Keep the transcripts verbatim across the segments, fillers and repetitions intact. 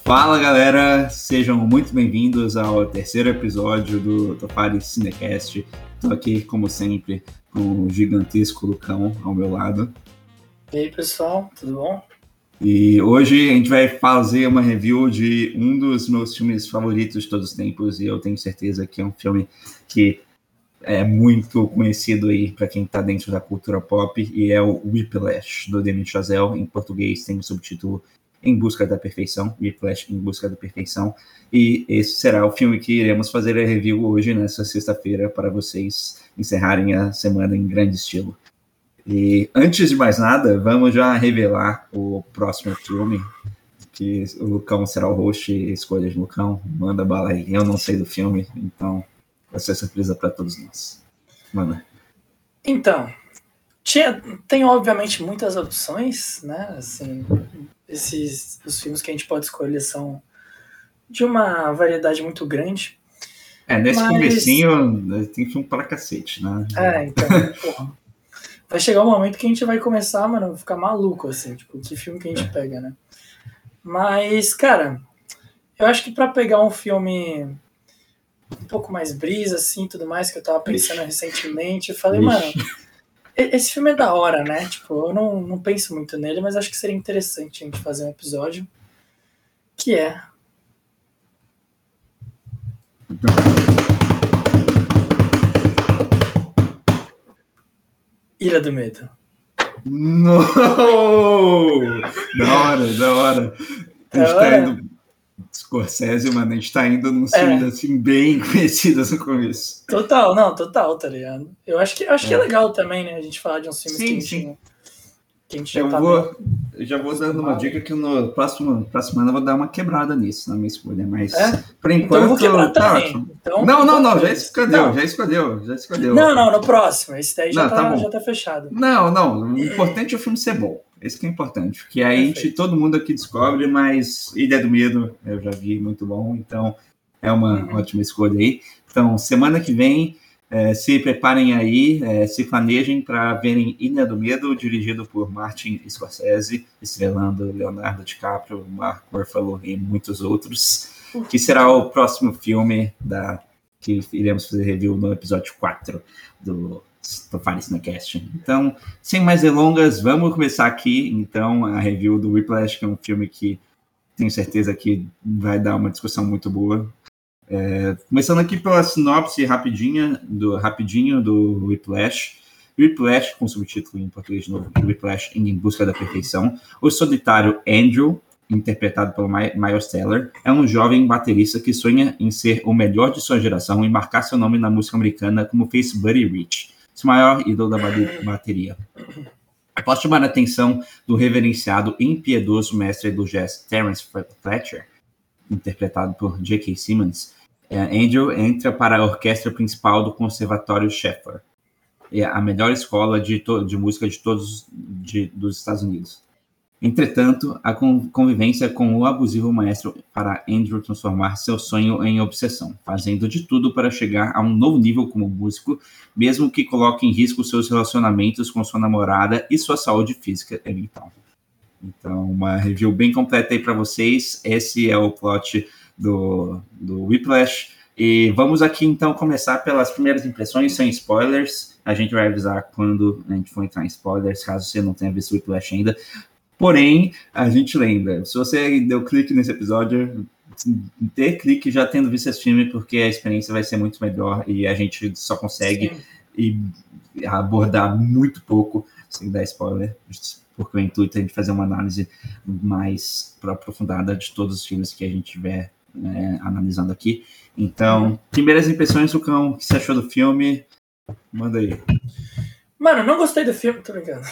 Fala galera, sejam muito bem-vindos ao terceiro episódio do Topari Cinecast. Estou aqui, como sempre, com o gigantesco Lucão ao meu lado. E aí pessoal, tudo bom? E hoje a gente vai fazer uma review de um dos meus filmes favoritos de todos os tempos, e eu tenho certeza que é um filme que é muito conhecido aí para quem está dentro da cultura pop, e é o Whiplash, do Damien Chazelle. Em português tem o subtítulo Em Busca da Perfeição, Whiplash Em Busca da Perfeição, e esse será o filme que iremos fazer a review hoje, nessa sexta-feira, para vocês encerrarem a semana em grande estilo. E antes de mais nada, vamos já revelar o próximo filme, que o Lucão será o host, escolha de Lucão, manda bala aí. Eu não sei do filme, então vai ser surpresa para todos nós. Manda. Então, tinha, tem obviamente muitas opções, né? Assim, esses, os filmes que a gente pode escolher são de uma variedade muito grande. É, nesse mas... comecinho tem filme para cacete, né? É, então, porra. Vai chegar um momento que a gente vai começar, mano, a ficar maluco, assim, tipo, que filme que a gente é. pega, né? Mas, cara, eu acho que pra pegar um filme um pouco mais brisa, assim, tudo mais, que eu tava pensando Ixi. recentemente, eu falei, Ixi. mano, esse filme é da hora, né? Tipo, eu não, não penso muito nele, mas acho que seria interessante a gente fazer um episódio, que é... Ilha do Medo. Não! Da hora, da hora. A gente tá indo... Scorsese, mano, a gente tá indo num filmes é. assim, bem conhecidos no começo. Total, não, total, tá ligado? Eu acho que, eu acho é. que é legal também, né, a gente falar de uns filmes sim, que, a gente, sim. que a gente já eu tá vou, Eu já vou dando uma dica que no próximo, próximo ano eu vou dar uma quebrada nisso na minha escolha, mas é? por enquanto... Então eu vou tá ótimo. Então, não, não, então não, já escolheu, não. já escolheu, já escolheu. Não, não, no próximo, esse daí já, não, tá, tá já tá fechado. Não, não, o importante é o filme ser bom. Esse que é importante, porque aí a gente, todo mundo aqui descobre, mas Ilha do Medo eu já vi, muito bom, então é uma uhum. ótima escolha aí. Então, semana que vem, é, se preparem aí, é, se planejem para verem Ilha do Medo, dirigido por Martin Scorsese, estrelando Leonardo DiCaprio, Mark Ruffalo e muitos outros, que será o próximo filme da, que iremos fazer review no episódio quatro do Topari Cinecast. Então, sem mais delongas, vamos começar aqui, então, a review do Whiplash, que é um filme que tenho certeza que vai dar uma discussão muito boa. É, começando aqui pela sinopse rapidinha do, rapidinho do Whiplash. Whiplash, com subtítulo em português de novo, Whiplash Em Busca da Perfeição. O solitário Andrew, interpretado pelo Miles Teller, é um jovem baterista que sonha em ser o melhor de sua geração e marcar seu nome na música americana como fez Buddy Rich, seu maior ídolo da bateria. Após chamar a atenção do reverenciado e impiedoso mestre do jazz Terence Fletcher, interpretado por J K. Simmons, Andrew entra para a orquestra principal do Conservatório Sheffer, a melhor escola de, de música de todos de, dos Estados Unidos. Entretanto, a convivência com o abusivo maestro para Andrew transformar seu sonho em obsessão, fazendo de tudo para chegar a um novo nível como músico, mesmo que coloque em risco seus relacionamentos com sua namorada e sua saúde física e mental. Então, uma review bem completa aí para vocês. Esse é o plot do, do Whiplash. E vamos aqui, então, começar pelas primeiras impressões, sem spoilers. A gente vai avisar quando a gente for entrar em spoilers, caso você não tenha visto o Whiplash ainda. Porém, a gente lembra, se você deu clique nesse episódio, dê clique já tendo visto esse filme, porque a experiência vai ser muito melhor e a gente só consegue e abordar muito pouco, sem dar spoiler, porque o intuito é de fazer uma análise mais aprofundada de todos os filmes que a gente estiver é, analisando aqui. Então, primeiras impressões, Lucão, o que você achou do filme? Manda aí. Mano, não gostei do filme, tô brincando.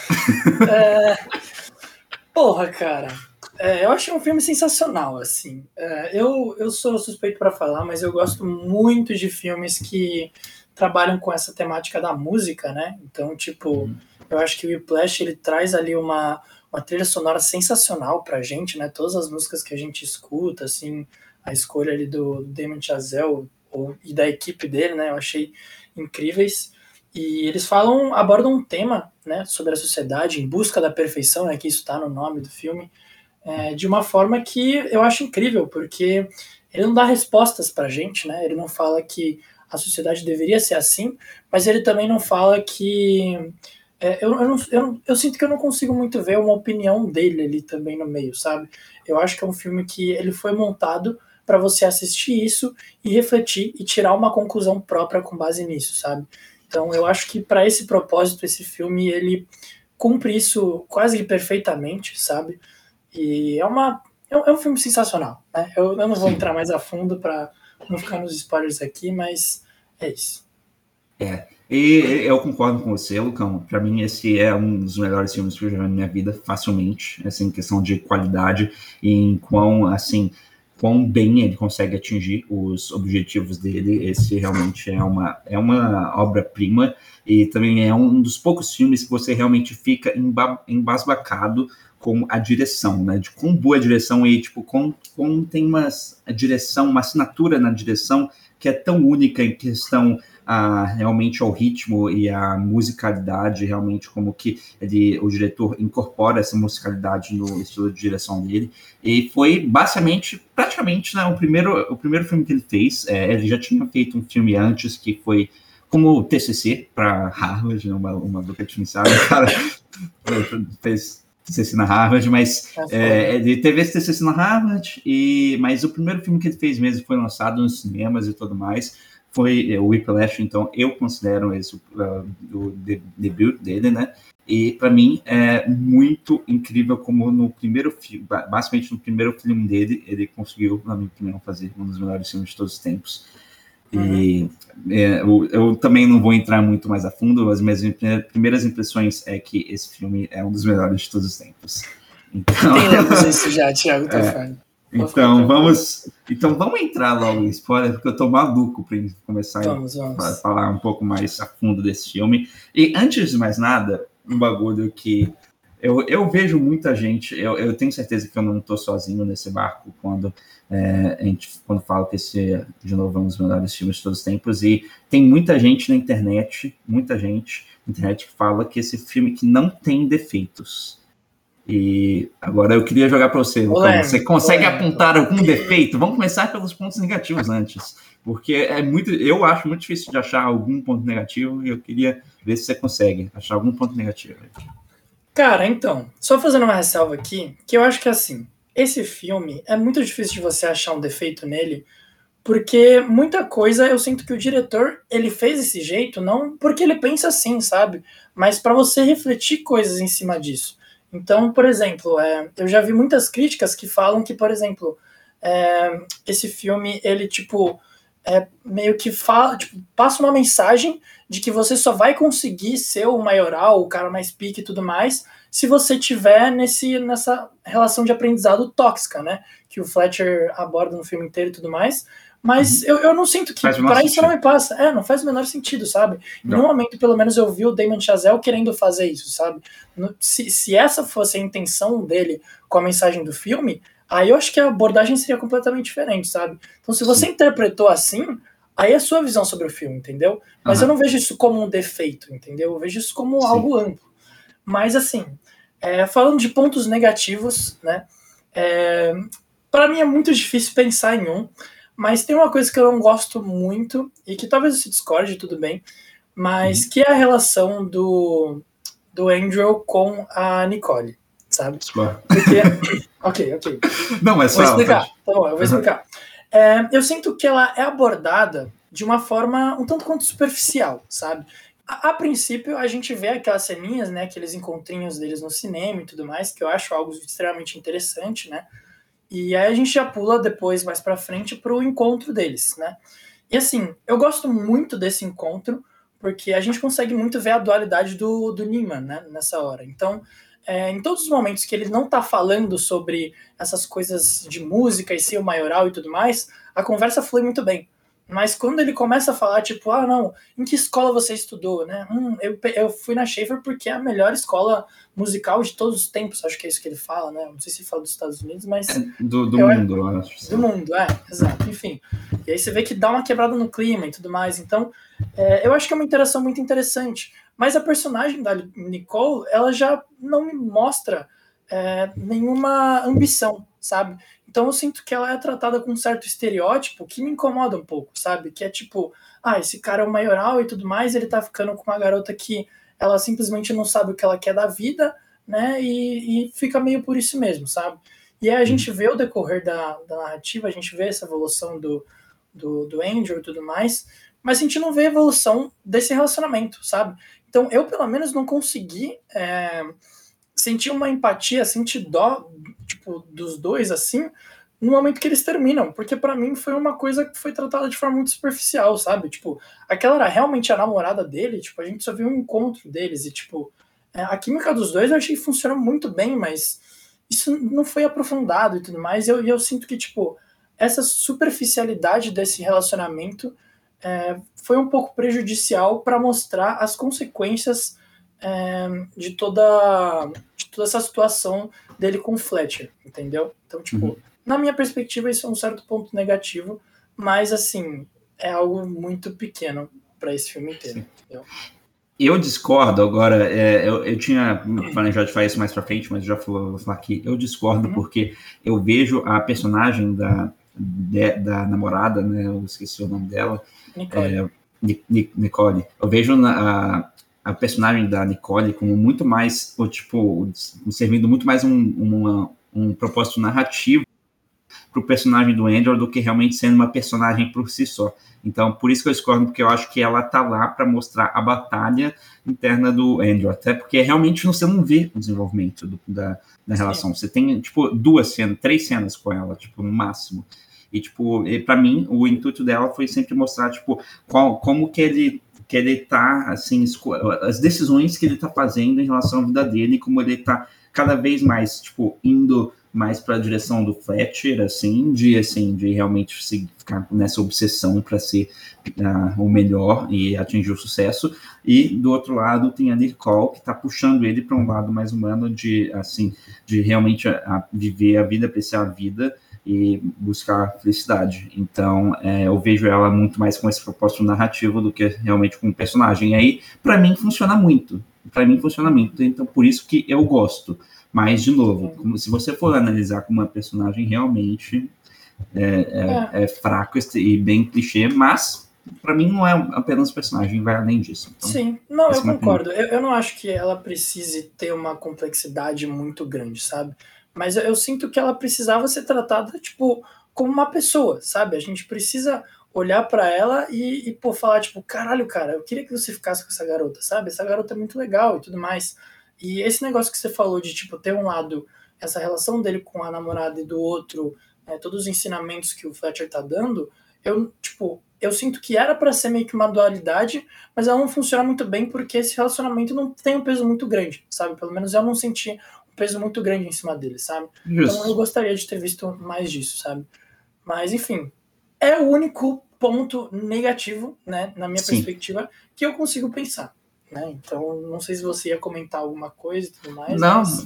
é... Porra, cara, é, eu achei um filme sensacional, assim. É, eu, eu sou suspeito para falar, mas eu gosto muito de filmes que trabalham com essa temática da música, né? Então, tipo, uhum. eu acho que o Whiplash, ele traz ali uma, uma trilha sonora sensacional pra gente, né? Todas as músicas que a gente escuta, assim, a escolha ali do Damien Chazelle ou, e da equipe dele, né? Eu achei incríveis. E eles falam, abordam um tema, né, sobre a sociedade em busca da perfeição, né, que isso está no nome do filme, é, de uma forma que eu acho incrível, porque ele não dá respostas pra gente, né? Ele não fala que a sociedade deveria ser assim, mas ele também não fala que... É, eu, eu, não, eu, eu sinto que eu não consigo muito ver uma opinião dele ali também no meio, sabe? Eu acho que é um filme que ele foi montado para você assistir isso e refletir e tirar uma conclusão própria com base nisso, sabe? Então eu acho que para esse propósito, esse filme, ele cumpre isso quase que perfeitamente, sabe? E é, uma, é, um, é um filme sensacional, né? Eu, eu não vou Sim. entrar mais a fundo para não ficar nos spoilers aqui, mas é isso. É, e eu concordo com você, Lucão. Para mim, esse é um dos melhores filmes que eu já vi na minha vida, facilmente, assim, em questão de qualidade e em quão, assim, quão bem ele consegue atingir os objetivos dele. Esse realmente é uma, é uma obra-prima e também é um dos poucos filmes que você realmente fica emba- embasbacado com a direção, né? De quão boa a direção e, tipo, com, com tem uma direção, uma assinatura na direção que é tão única em questão a, realmente ao ritmo e à musicalidade, realmente como que ele, o diretor incorpora essa musicalidade no estilo de direção dele. E foi basicamente, praticamente, né, o, primeiro, o primeiro filme que ele fez. É, ele já tinha feito um filme antes que foi como T C C para Harvard, uma, uma boca de sabe, cara, fez T C C na Harvard, mas é, ele teve esse T C C na Harvard, e, mas o primeiro filme que ele fez mesmo foi lançado nos cinemas e tudo mais, foi o Whiplash. Então eu considero esse uh, o de, debut dele, né? E para mim é muito incrível como no primeiro filme, basicamente no primeiro filme dele, ele conseguiu, na minha opinião, fazer um dos melhores filmes de todos os tempos. E uhum. é, eu, eu também não vou entrar muito mais a fundo, as minhas primeiras impressões é que esse filme é um dos melhores de todos os tempos. Então... Entendemos isso já, Thiago, tá é, falando. Então vamos, então vamos entrar logo em spoiler, porque eu tô maluco para começar vamos, a vamos. falar um pouco mais a fundo desse filme. E antes de mais nada, um bagulho que eu, eu vejo muita gente, eu, eu tenho certeza que eu não tô sozinho nesse barco quando é, a gente quando falo que esse, de novo, é um dos melhores filmes de todos os tempos, e tem muita gente na internet, muita gente na internet que fala que esse filme que não tem defeitos. E agora eu queria jogar para você, Lucão. Você consegue Olé. apontar algum defeito? Vamos começar pelos pontos negativos antes, porque é muito, eu acho muito difícil de achar algum ponto negativo e eu queria ver se você consegue achar algum ponto negativo. Cara, então, só fazendo uma ressalva aqui, que eu acho que assim, esse filme é muito difícil de você achar um defeito nele, porque muita coisa eu sinto que o diretor, ele fez desse jeito, não porque ele pensa assim, sabe? Mas para você refletir coisas em cima disso. Então, por exemplo, é, eu já vi muitas críticas que falam que, por exemplo, é, esse filme, ele, tipo, é, meio que fala, tipo, passa uma mensagem de que você só vai conseguir ser o maioral, o cara mais pique e tudo mais, se você tiver nesse, nessa relação de aprendizado tóxica, né? Que o Fletcher aborda no filme inteiro e tudo mais. Mas eu, eu não sinto que para isso não me passa. É, não faz o menor sentido, sabe? Em nenhum momento, pelo menos, eu vi o Damien Chazelle querendo fazer isso, sabe? Se, se essa fosse a intenção dele com a mensagem do filme, aí eu acho que a abordagem seria completamente diferente, sabe? Então, se você Sim. interpretou assim, aí é a sua visão sobre o filme, entendeu? Mas uhum. eu não vejo isso como um defeito, entendeu? Eu vejo isso como Sim. algo amplo. Mas, assim, é, falando de pontos negativos, né? É, para mim é muito difícil pensar em um. Mas tem uma coisa que eu não gosto muito, e que talvez você discorde, tudo bem, mas uhum. que é a relação do, do Andrew com a Nicole, sabe? Porque... ok, ok. Não, mas vou fala, explicar. pode... Tá bom, eu vou explicar. É, eu sinto que ela é abordada de uma forma um tanto quanto superficial, sabe? A, a princípio, a gente vê aquelas ceninhas, né, aqueles encontrinhos deles no cinema e tudo mais, que eu acho algo extremamente interessante, né? E aí a gente já pula depois, mais pra frente, pro encontro deles, né? E assim, eu gosto muito desse encontro, porque a gente consegue muito ver a dualidade do, do Neiman, né, nessa hora. Então, é, em todos os momentos que ele não tá falando sobre essas coisas de música e ser o maioral e tudo mais, a conversa flui muito bem. Mas quando ele começa a falar, tipo, ah, não, em que escola você estudou, né? Hum, eu, eu fui na Schaefer porque é a melhor escola musical de todos os tempos, acho que é isso que ele fala, né? Não sei se ele fala dos Estados Unidos, mas... É, do do eu, mundo, eu acho. Do mundo, é, exato, enfim. E aí você vê que dá uma quebrada no clima e tudo mais. Então, é, eu acho que é uma interação muito interessante. Mas a personagem da Nicole, ela já não me mostra é, nenhuma ambição, sabe? Então eu sinto que ela é tratada com um certo estereótipo que me incomoda um pouco, sabe? Que é tipo, ah, esse cara é o maioral e tudo mais, ele tá ficando com uma garota que ela simplesmente não sabe o que ela quer da vida, né? E, e fica meio por isso mesmo, sabe? E aí a gente vê o decorrer da, da narrativa, a gente vê essa evolução do, do, do Andrew e tudo mais, mas a gente não vê a evolução desse relacionamento, sabe? Então eu, pelo menos, não consegui é, sentir uma empatia, sentir dó, tipo, dos dois, assim, no momento que eles terminam, porque pra mim foi uma coisa que foi tratada de forma muito superficial, sabe? Tipo, aquela era realmente a namorada dele, tipo, a gente só viu um encontro deles e, tipo, é, a química dos dois eu achei que funcionou muito bem, mas isso não foi aprofundado e tudo mais, e eu, e eu sinto que, tipo, essa superficialidade desse relacionamento é, foi um pouco prejudicial para mostrar as consequências é, de, toda, de toda essa situação dele com o Fletcher, entendeu? Então, tipo, uhum. na minha perspectiva, isso é um certo ponto negativo, mas, assim, é algo muito pequeno para esse filme inteiro, entendeu? Eu discordo, agora, é, eu, eu tinha planejado de falar isso mais pra frente, mas já vou falar aqui, eu discordo uhum. porque eu vejo a personagem da, de, da namorada, né, eu esqueci o nome dela, Nicole, é, Nicole. Eu vejo na, a, a personagem da Nicole como muito mais, ou, tipo, servindo muito mais um, uma, um propósito narrativo pro personagem do Andrew do que realmente sendo uma personagem por si só. Então, por isso que eu discordo, porque eu acho que ela tá lá para mostrar a batalha interna do Andrew, até porque realmente você não vê o desenvolvimento do, da, da relação. Você tem, tipo, duas cenas, três cenas com ela, tipo, no máximo. E, tipo, para mim, o intuito dela foi sempre mostrar, tipo, qual, como que ele que ele tá, assim, as decisões que ele tá fazendo em relação à vida dele, e como ele tá cada vez mais, tipo, indo mais para a direção do Fletcher, assim, de, assim, de realmente ficar nessa obsessão para ser uh, o melhor e atingir o sucesso. E, do outro lado, tem a Nicole, que está puxando ele para um lado mais humano de, assim, de realmente a, a viver a vida, apreciar a vida e buscar felicidade. Então, é, eu vejo ela muito mais com esse propósito narrativo do que realmente com um personagem. E aí, para mim, funciona muito. Para mim, funciona muito. Então, por isso que eu gosto. Mas, de novo, como, se você for analisar como uma personagem, realmente é, é, é. é fraco e bem clichê, mas para mim não é apenas personagem, vai além disso. Então, sim, não, eu concordo. Eu, eu não acho que ela precise ter uma complexidade muito grande, sabe? Mas eu, eu sinto que ela precisava ser tratada, tipo, como uma pessoa, sabe? A gente precisa olhar para ela e, e, pô, falar, tipo, caralho, cara, eu queria que você ficasse com essa garota, sabe? Essa garota é muito legal e tudo mais. E esse negócio que você falou de, tipo, ter um lado, essa relação dele com a namorada e do outro, né, todos os ensinamentos que o Fletcher tá dando, eu, tipo, eu sinto que era para ser meio que uma dualidade, mas ela não funciona muito bem porque esse relacionamento não tem um peso muito grande, sabe? Pelo menos eu não senti um peso muito grande em cima dele, sabe? Just. Então eu gostaria de ter visto mais disso, sabe? Mas, enfim, é o único ponto negativo, né, na minha Sim. perspectiva, que eu consigo pensar. Né? Então, não sei se você ia comentar alguma coisa e tudo mais. Não, mas...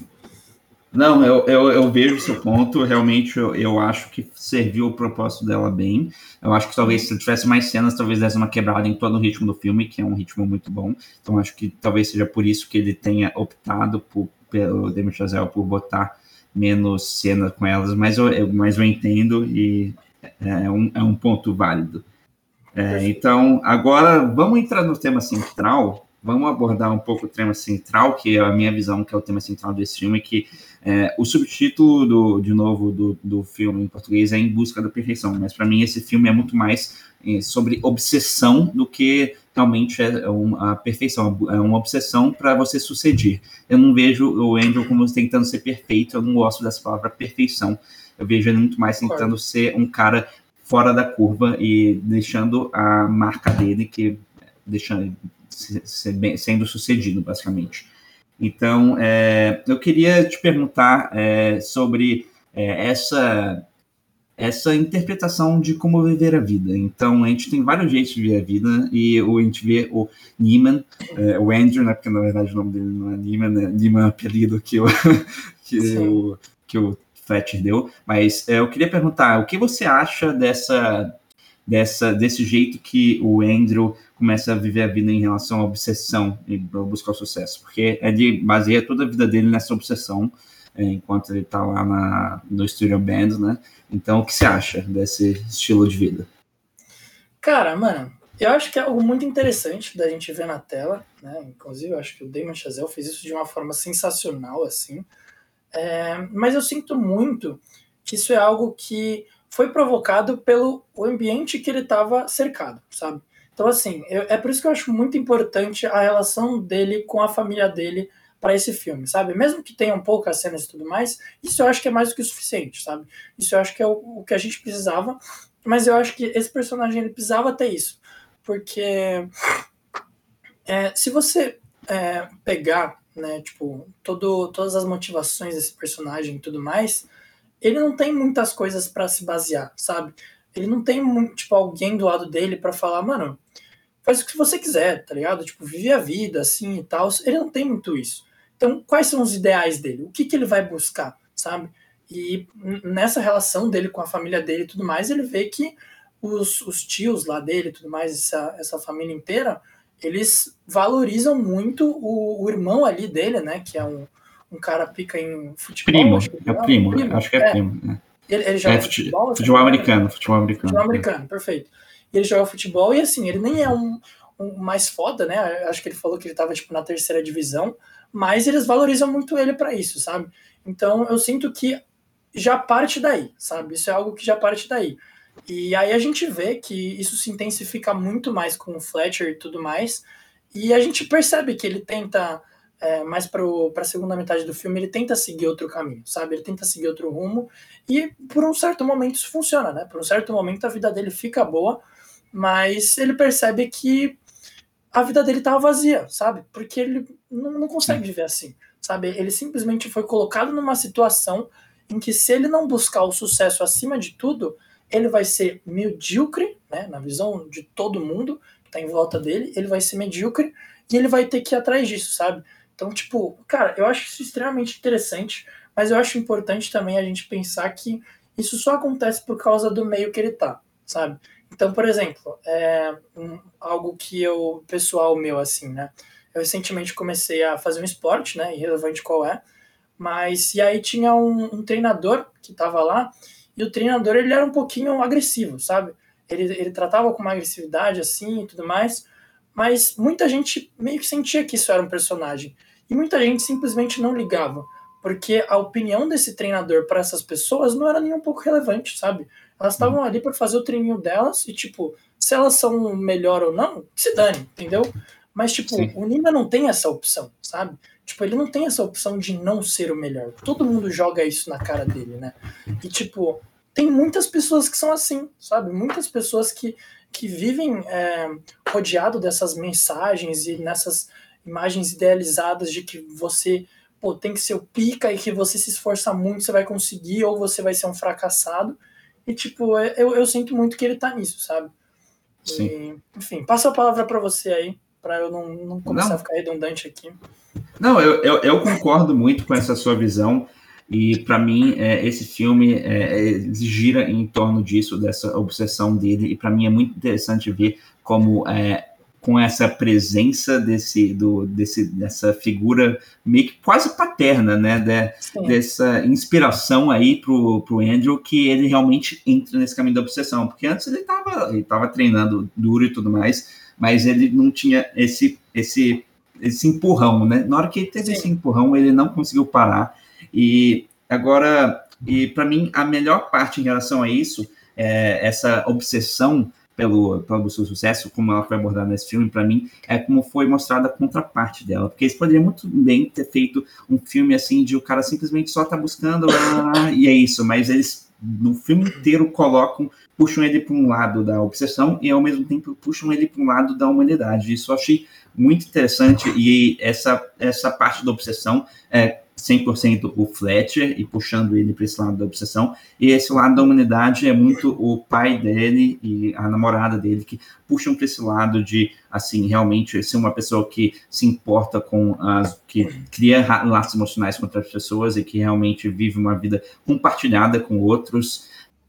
não eu, eu, eu vejo o seu ponto. Realmente, eu, eu acho que serviu o propósito dela bem. Eu acho que talvez se tivesse mais cenas, talvez desse uma quebrada em todo o ritmo do filme, que é um ritmo muito bom. Então, acho que talvez seja por isso que ele tenha optado por, pelo Damien Chazelle por botar menos cena com elas. Mas eu, eu, mas eu entendo e é um, é um ponto válido. É, então, agora vamos entrar no tema central. Vamos abordar um pouco o tema central, que é a minha visão, que é o tema central desse filme, que é, o subtítulo, do, de novo, do, do filme em português é Em Busca da Perfeição, mas para mim esse filme é muito mais é, sobre obsessão do que realmente é uma a perfeição, é uma obsessão para você suceder. Eu não vejo o Andrew como tentando ser perfeito, eu não gosto dessa palavra perfeição, eu vejo ele muito mais tentando ser um cara fora da curva e deixando a marca dele, que deixando sendo sucedido, basicamente. Então, é, eu queria te perguntar é, sobre é, essa, essa interpretação de como viver a vida. Então, a gente tem vários jeitos de viver a vida, e o, a gente vê o Neiman, é, o Andrew, né, porque na verdade o nome dele não é Neiman, é Neiman é um apelido que o, que o, que o Fletcher deu, mas é, eu queria perguntar, o que você acha dessa... Dessa, desse jeito que o Andrew começa a viver a vida em relação à obsessão e buscar o sucesso, porque ele baseia toda a vida dele nessa obsessão é, enquanto ele está lá na, no Studio Band, né? Então, o que você acha desse estilo de vida? Cara, mano, eu acho que é algo muito interessante da gente ver na tela, né? Inclusive, eu acho que o Damien Chazelle fez isso de uma forma sensacional, assim. É, mas eu sinto muito que isso é algo que foi provocado pelo o ambiente que ele estava cercado, sabe? Então, assim, eu, é por isso que eu acho muito importante a relação dele com a família dele para esse filme, sabe? Mesmo que tenham poucas cenas e tudo mais, isso eu acho que é mais do que o suficiente, sabe? Isso eu acho que é o, o que a gente precisava, mas eu acho que esse personagem ele precisava ter isso, porque é, se você é, pegar, né, tipo, todo, todas as motivações desse personagem e tudo mais, ele não tem muitas coisas para se basear, sabe? Ele não tem, tipo, alguém do lado dele para falar, mano, faz o que você quiser, tá ligado? Tipo, vive a vida, assim, e tal. Ele não tem muito isso. Então, quais são os ideais dele? O que, que ele vai buscar, sabe? E nessa relação dele com a família dele e tudo mais, ele vê que os, os tios lá dele e tudo mais, essa, essa família inteira, eles valorizam muito o, o irmão ali dele, né? Que é um, um cara pica em futebol. Primo, Acho que, é primo, primo, acho que é, é primo. Né? Ele, ele joga é, futebol? Futebol americano, futebol americano. Futebol americano, perfeito. E ele joga futebol e, assim, ele nem é um, um mais foda, né? Acho que ele falou que ele tava, tipo, na terceira divisão, mas eles valorizam muito ele para isso, sabe? Então, eu sinto que já parte daí, sabe? Isso é algo que já parte daí. E aí a gente vê que isso se intensifica muito mais com o Fletcher e tudo mais, e a gente percebe que ele tenta, é, mais para a segunda metade do filme, ele tenta seguir outro caminho, sabe? Ele tenta seguir outro rumo, e por um certo momento isso funciona, né? Por um certo momento a vida dele fica boa, mas ele percebe que a vida dele tava vazia, sabe? Porque ele não, não consegue viver assim, sabe? Ele simplesmente foi colocado numa situação em que, se ele não buscar o sucesso acima de tudo, ele vai ser medíocre, né? Na visão de todo mundo que tá em volta dele, ele vai ser medíocre e ele vai ter que ir atrás disso, sabe? Então, tipo, cara, eu acho isso extremamente interessante, mas eu acho importante também a gente pensar que isso só acontece por causa do meio que ele tá, sabe? Então, por exemplo, é um, algo que eu, pessoal meu, assim, né? Eu recentemente comecei a fazer um esporte, né? Irrelevante qual é, mas e aí tinha um, um treinador que tava lá, e o treinador, ele era um pouquinho agressivo, sabe? Ele, ele tratava com uma agressividade, assim, e tudo mais, mas muita gente meio que sentia que isso era um personagem, e muita gente simplesmente não ligava, porque a opinião desse treinador para essas pessoas não era nem um pouco relevante, sabe? Elas estavam ali para fazer o treininho delas e, tipo, se elas são melhor ou não, se dane, entendeu? Mas, tipo, Sim. o Nima não tem essa opção, sabe? Tipo, ele não tem essa opção de não ser o melhor. Todo mundo joga isso na cara dele, né? E, tipo, tem muitas pessoas que são assim, sabe? Muitas pessoas que, que vivem é, rodeado dessas mensagens e nessas imagens idealizadas de que você, pô, tem que ser o pica e que você se esforça muito, você vai conseguir, ou você vai ser um fracassado. E, tipo, eu, eu sinto muito que ele tá nisso, sabe? Sim. E, enfim, passo a palavra para você aí, para eu não, não começar não. a ficar redundante aqui. Não, eu, eu, eu concordo muito com essa sua visão, e para mim é, esse filme é, é, gira em torno disso, dessa obsessão dele, e para mim é muito interessante ver como é, com essa presença desse, do, desse, dessa figura meio que quase paterna, né, de, dessa inspiração aí pro, pro Andrew, que ele realmente entra nesse caminho da obsessão, porque antes ele estava ele tava treinando duro e tudo mais, mas ele não tinha esse, esse, esse empurrão, né, na hora que ele teve Sim. esse empurrão, ele não conseguiu parar, e agora, e para mim, a melhor parte em relação a isso, é essa obsessão pelo, pelo seu sucesso, como ela foi abordada nesse filme, para mim, é como foi mostrada a contraparte dela, porque eles poderiam muito bem ter feito um filme assim, de o cara simplesmente só tá buscando, ah, e é isso, mas eles, no filme inteiro, colocam, puxam ele para um lado da obsessão e, ao mesmo tempo, puxam ele para um lado da humanidade. Isso eu achei muito interessante, e essa, essa parte da obsessão é cem por cento o Fletcher, e puxando ele para esse lado da obsessão, e esse lado da humanidade é muito o pai dele e a namorada dele, que puxam para esse lado de, assim, realmente ser uma pessoa que se importa com as, que cria laços emocionais com outras pessoas e que realmente vive uma vida compartilhada com outros,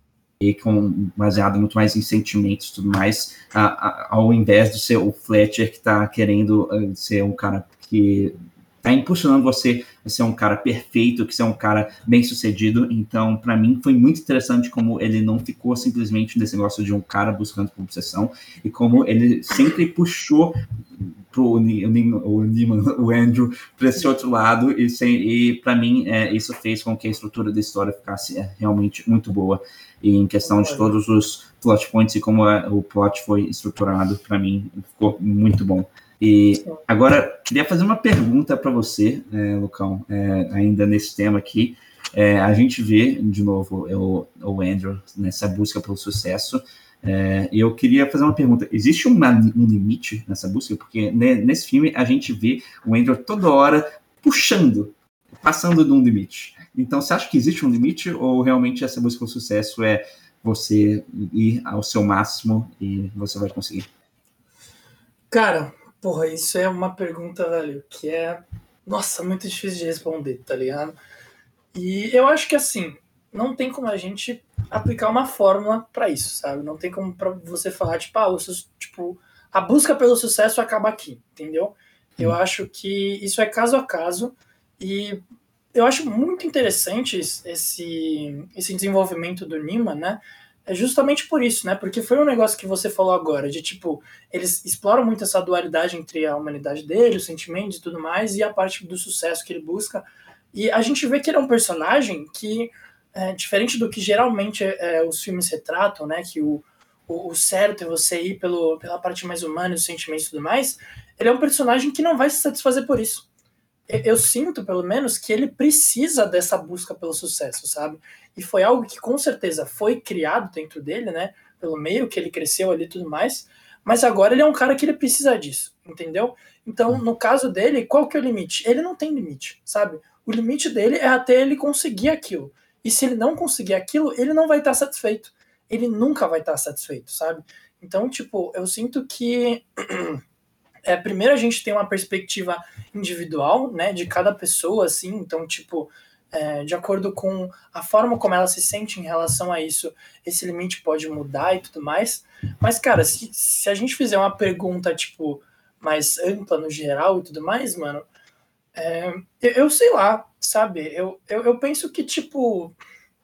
e com, baseado muito mais em sentimentos e tudo mais, a, a, ao invés de ser o Fletcher que está querendo uh, ser um cara que tá impulsionando você a ser um cara perfeito, que ser um cara bem sucedido. Então, para mim, foi muito interessante como ele não ficou simplesmente nesse negócio de um cara buscando por obsessão, e como ele sempre puxou pro o, o, o Andrew para esse outro lado, e, e para mim é, isso fez com que a estrutura da história ficasse é, realmente muito boa, e em questão de todos os plot points e como a, o plot foi estruturado, para mim ficou muito bom. E agora, queria fazer uma pergunta para você, é, Lucão, é, ainda nesse tema aqui. É, a gente vê, de novo, o, o Andrew nessa busca pelo sucesso, é, e eu queria fazer uma pergunta. Existe uma, um limite nessa busca? Porque né, nesse filme a gente vê o Andrew toda hora puxando, passando de um limite. Então, você acha que existe um limite ou realmente essa busca pelo sucesso é você ir ao seu máximo e você vai conseguir? Cara... Porra, isso é uma pergunta, velho, que é, nossa, muito difícil de responder, tá ligado? E eu acho que, assim, não tem como a gente aplicar uma fórmula pra isso, sabe? Não tem como pra você falar, tipo, ah, o, tipo, a busca pelo sucesso acaba aqui, entendeu? Eu hum. acho que isso é caso a caso e eu acho muito interessante esse, esse desenvolvimento do Nima, né? É justamente por isso, né? Porque foi um negócio que você falou agora, de tipo, eles exploram muito essa dualidade entre a humanidade dele, os sentimentos e tudo mais, e a parte do sucesso que ele busca. E a gente vê que ele é um personagem que, é, diferente do que geralmente é, os filmes retratam, né? Que o, o, o certo é você ir pelo, pela parte mais humana, os sentimentos e tudo mais, ele é um personagem que não vai se satisfazer por isso. Eu, eu sinto, pelo menos, que ele precisa dessa busca pelo sucesso, sabe? E foi algo que com certeza foi criado dentro dele, né? Pelo meio que ele cresceu ali e tudo mais. Mas agora ele é um cara que ele precisa disso, entendeu? Então, no caso dele, qual que é o limite? Ele não tem limite, sabe? O limite dele é até ele conseguir aquilo. E se ele não conseguir aquilo, ele não vai estar satisfeito. Ele nunca vai estar satisfeito, sabe? Então, tipo, eu sinto que... é, primeiro a gente tem uma perspectiva individual, né? De cada pessoa, assim. Então, tipo... É, de acordo com a forma como ela se sente em relação a isso, esse limite pode mudar e tudo mais. Mas, cara, se, se a gente fizer uma pergunta, tipo, mais ampla no geral e tudo mais, mano, é, eu, eu sei lá, sabe? Eu, eu, eu penso que, tipo...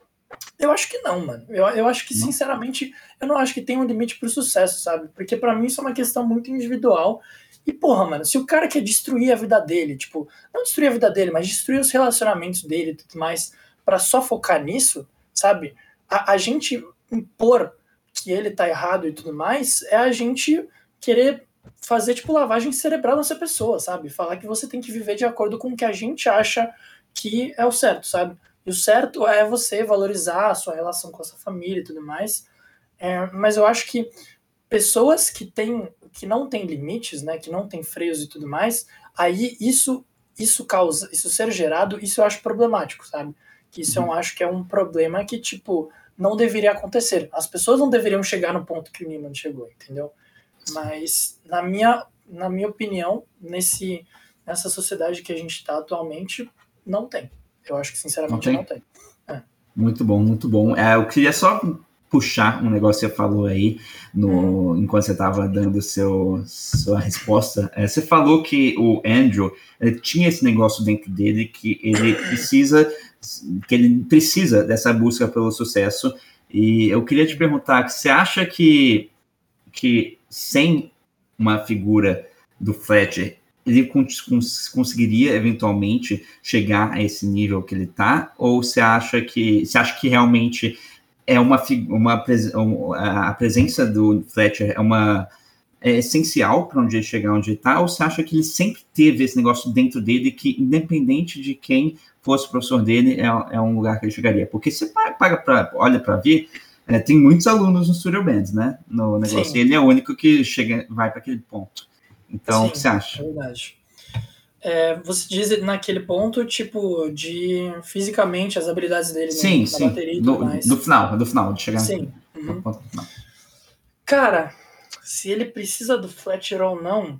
Eu acho que não, mano. Eu, eu acho que, sinceramente, eu não acho que tem um limite pro sucesso, sabe? Porque pra mim isso é uma questão muito individual. E, porra, mano, se o cara quer destruir a vida dele, tipo, não destruir a vida dele, mas destruir os relacionamentos dele e tudo mais, pra só focar nisso, sabe? A, a gente impor que ele tá errado e tudo mais é a gente querer fazer, tipo, lavagem cerebral nessa pessoa, sabe? Falar que você tem que viver de acordo com o que a gente acha que é o certo, sabe? E o certo é você valorizar a sua relação com a sua família e tudo mais. É, mas eu acho que pessoas que, têm, que não têm limites, né, que não têm freios e tudo mais, aí isso, isso causa, isso ser gerado, isso eu acho problemático, sabe? Que isso eu acho que é um problema que, tipo, não deveria acontecer. As pessoas não deveriam chegar no ponto que o Neiman chegou, entendeu? Mas, na minha, na minha opinião, nesse, nessa sociedade que a gente está atualmente, não tem. Eu acho que, sinceramente, não tem. Não tem. É. Muito bom, muito bom. É, eu queria só puxar um negócio que você falou aí, no, hum. enquanto você estava dando seu, sua resposta. É, você falou que o Andrew ele tinha esse negócio dentro dele que ele precisa, que ele precisa dessa busca pelo sucesso. E eu queria te perguntar, você acha que, que sem uma figura do Fletcher, ele cons- conseguiria eventualmente chegar a esse nível que ele está? Ou você acha que você acha que realmente é uma, uma a presença do Fletcher é uma é essencial para onde ele chegar onde ele está? Ou você acha que ele sempre teve esse negócio dentro dele que, independente de quem fosse o professor dele, é, é um lugar que ele chegaria? Porque você paga para olha para ver, é, tem muitos alunos no Studio Bands, né? No negócio. Sim. E ele é o único que chega, vai para aquele ponto. Então, Sim, o que você acha? É verdade. É, você diz naquele ponto, tipo, de fisicamente as habilidades dele sim, no, sim. na bateria e tudo do, mais. Do final, do final, de chegar sim. no Uhum. ponto final. Cara, se ele precisa do Fletcher ou não,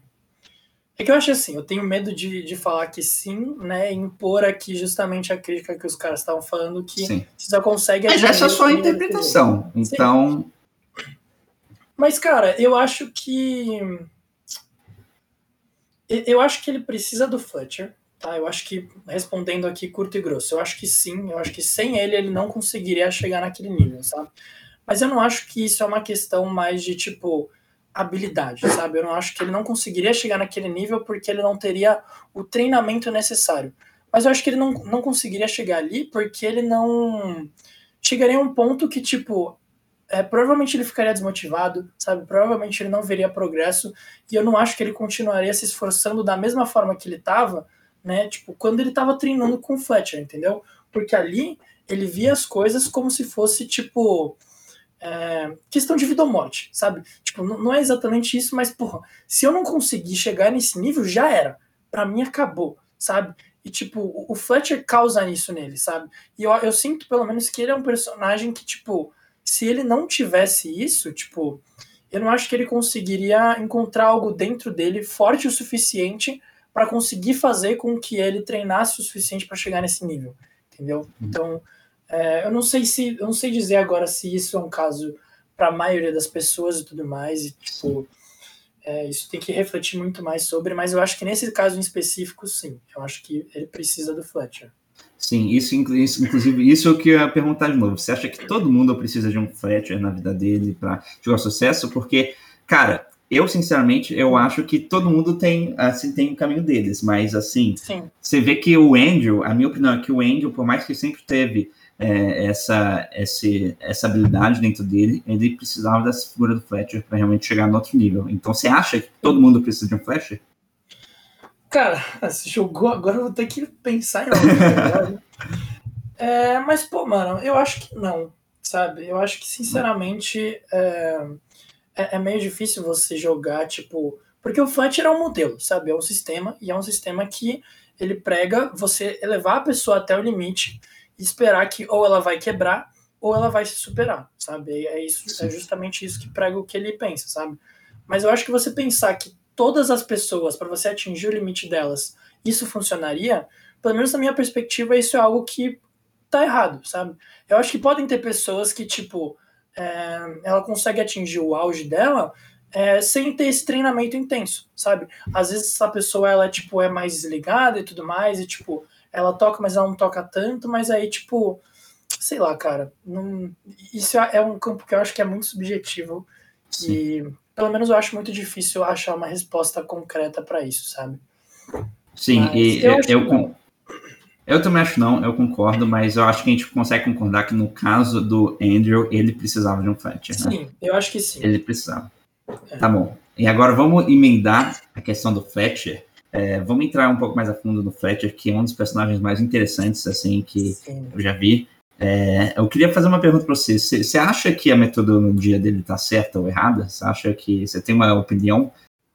é que eu acho assim, eu tenho medo de, de falar que sim, né, e impor aqui justamente a crítica que os caras estavam falando, que sim. você só consegue... Mas essa é a sua interpretação, então... Sim. Mas, cara, eu acho que... Eu acho que ele precisa do Fletcher, tá? Eu acho que, respondendo aqui curto e grosso, eu acho que sim, eu acho que sem ele, ele não conseguiria chegar naquele nível, sabe? Mas eu não acho que isso é uma questão mais de, tipo, habilidade, sabe? Eu não acho que ele não conseguiria chegar naquele nível porque ele não teria o treinamento necessário. Mas eu acho que ele não, não conseguiria chegar ali porque ele não... Chegaria a um ponto que, tipo, é, provavelmente ele ficaria desmotivado, sabe? Provavelmente ele não veria progresso e eu não acho que ele continuaria se esforçando da mesma forma que ele estava, né? Tipo, quando ele estava treinando com o Fletcher, entendeu? Porque ali ele via as coisas como se fosse, tipo, é, questão de vida ou morte, sabe? Tipo, não, não é exatamente isso, mas, porra, se eu não conseguir chegar nesse nível, já era. Pra mim, acabou, sabe? E, tipo, o, o Fletcher causa isso nele, sabe? E eu, eu sinto, pelo menos, que ele é um personagem que, tipo, se ele não tivesse isso, tipo, eu não acho que ele conseguiria encontrar algo dentro dele forte o suficiente para conseguir fazer com que ele treinasse o suficiente para chegar nesse nível, entendeu? Então, é, eu não sei se, eu não sei dizer agora se isso é um caso para a maioria das pessoas e tudo mais, e tipo, é, isso tem que refletir muito mais sobre, mas eu acho que nesse caso em específico, sim, eu acho que ele precisa do Fletcher. Sim, isso, isso inclusive, isso eu queria perguntar de novo. Você acha que todo mundo precisa de um Fletcher na vida dele para jogar sucesso? Porque, cara, eu sinceramente, eu acho que todo mundo tem, assim, tem o caminho deles, mas assim, Sim. Você vê que o Andrew, a minha opinião é que o Andrew, por mais que sempre teve é, essa, esse, essa habilidade dentro dele, ele precisava dessa figura do Fletcher para realmente chegar no outro nível. Então, você acha que todo mundo precisa de um Fletcher? Cara, você jogou, agora eu vou ter que pensar em algo, tá ligado? É, mas, pô, mano, eu acho que não, sabe? Eu acho que, sinceramente, é, é, é meio difícil você jogar, tipo... Porque o Fletcher é um modelo, sabe? É um sistema, e é um sistema que ele prega você elevar a pessoa até o limite e esperar que ou ela vai quebrar ou ela vai se superar, sabe? É, isso, é justamente isso que prega o que ele pensa, sabe? Mas eu acho que você pensar que todas as pessoas, para você atingir o limite delas, isso funcionaria, pelo menos na minha perspectiva, isso é algo que tá errado, sabe? Eu acho que podem ter pessoas que, tipo, é, ela consegue atingir o auge dela é, sem ter esse treinamento intenso, sabe? Às vezes essa pessoa, ela, tipo, é mais desligada e tudo mais, e, tipo, ela toca, mas ela não toca tanto, mas aí, tipo, sei lá, cara, não, isso é um campo que eu acho que é muito subjetivo. Sim. E, pelo menos, eu acho muito difícil achar uma resposta concreta para isso, sabe? Sim, mas e eu, eu, acho eu, que não. eu também acho não, eu concordo, mas eu acho que a gente consegue concordar que no caso do Andrew, ele precisava de um Fletcher, né? Sim, eu acho que sim. Ele precisava. É. Tá bom. E agora vamos emendar a questão do Fletcher. É, vamos entrar um pouco mais a fundo no Fletcher, que é um dos personagens mais interessantes, assim, que sim. eu já vi. É, eu queria fazer uma pergunta para você. você. Você acha que a metodologia dele está certa ou errada? Você acha que você tem uma opinião?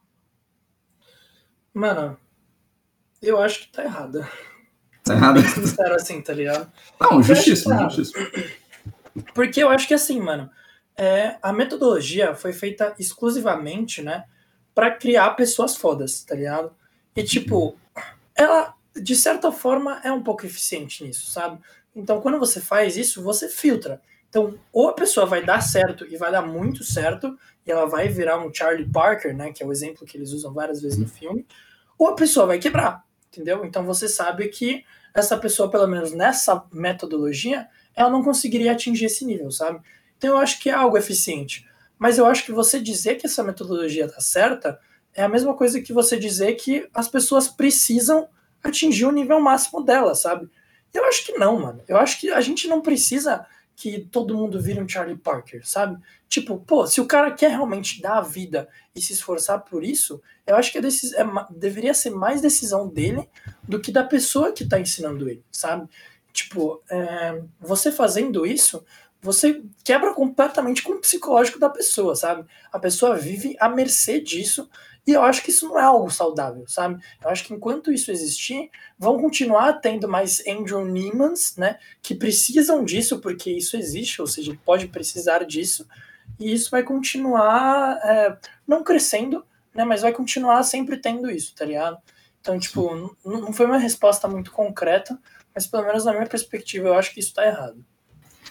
Mano, eu acho que tá errada. Tá errado? Bem sincero assim, tá ligado? Não, justíssimo, tá justíssimo. Porque eu acho que assim, mano, é, a metodologia foi feita exclusivamente, né, pra criar pessoas fodas, tá ligado? E tipo, ela, de certa forma, é um pouco eficiente nisso, sabe? Então, quando você faz isso, você filtra. Então, ou a pessoa vai dar certo e vai dar muito certo, e ela vai virar um Charlie Parker, né, que é o exemplo que eles usam várias vezes no filme, ou a pessoa vai quebrar, entendeu? Então, você sabe que essa pessoa, pelo menos nessa metodologia, ela não conseguiria atingir esse nível, sabe? Então, eu acho que é algo eficiente. Mas eu acho que você dizer que essa metodologia tá certa é a mesma coisa que você dizer que as pessoas precisam atingir o nível máximo dela, sabe? Eu acho que não, mano. Eu acho que a gente não precisa que todo mundo vire um Charlie Parker, sabe? Tipo, pô, se o cara quer realmente dar a vida e se esforçar por isso, eu acho que é decis- é, deveria ser mais decisão dele do que da pessoa que tá ensinando ele, sabe? Tipo, é, você fazendo isso, você quebra completamente com o psicológico da pessoa, sabe? A pessoa vive à mercê disso e eu acho que isso não é algo saudável, sabe? Eu acho que enquanto isso existir, vão continuar tendo mais Andrew Neemans, né? Que precisam disso porque isso existe, ou seja, pode precisar disso. E isso vai continuar é, não crescendo, né? Mas vai continuar sempre tendo isso, tá ligado? Então, tipo, não, não foi uma resposta muito concreta, mas pelo menos na minha perspectiva eu acho que isso tá errado.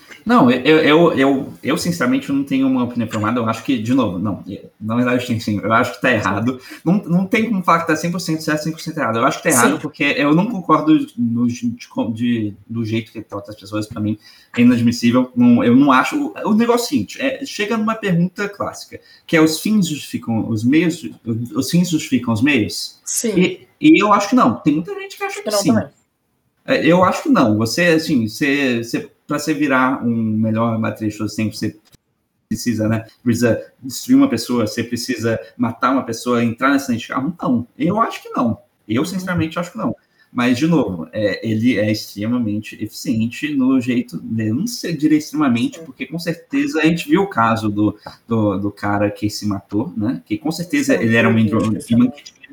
Não, eu, eu, eu, eu, sinceramente não tenho uma opinião formada. Eu acho que, de novo, não, na verdade tem sim, eu acho que tá errado. Não, não tem como falar que tá cem por cento certo, cem por cento errado. Eu acho que tá errado Sim. porque eu não concordo no, de, de, do jeito que ele trata as pessoas. Para mim é inadmissível. Não, eu não acho. O negócio é o seguinte: é, chega numa pergunta clássica, que é os fins justificam os meios, os fins justificam os meios? Sim. E, e eu acho que não. Tem muita gente que acha que, que sim. Também. Eu acho que não. Você, assim, você, você para você virar um melhor matriz, assim, você precisa, né? Precisa destruir uma pessoa, você precisa matar uma pessoa, entrar nessa de carro? Não. Eu acho que não. Eu, sinceramente, acho que não. Mas, de novo, é, ele é extremamente eficiente no jeito dele. Não sei dizer extremamente, porque com certeza a gente viu o caso do, do, do cara que se matou, né? Que com certeza ele era um Andrew Neiman.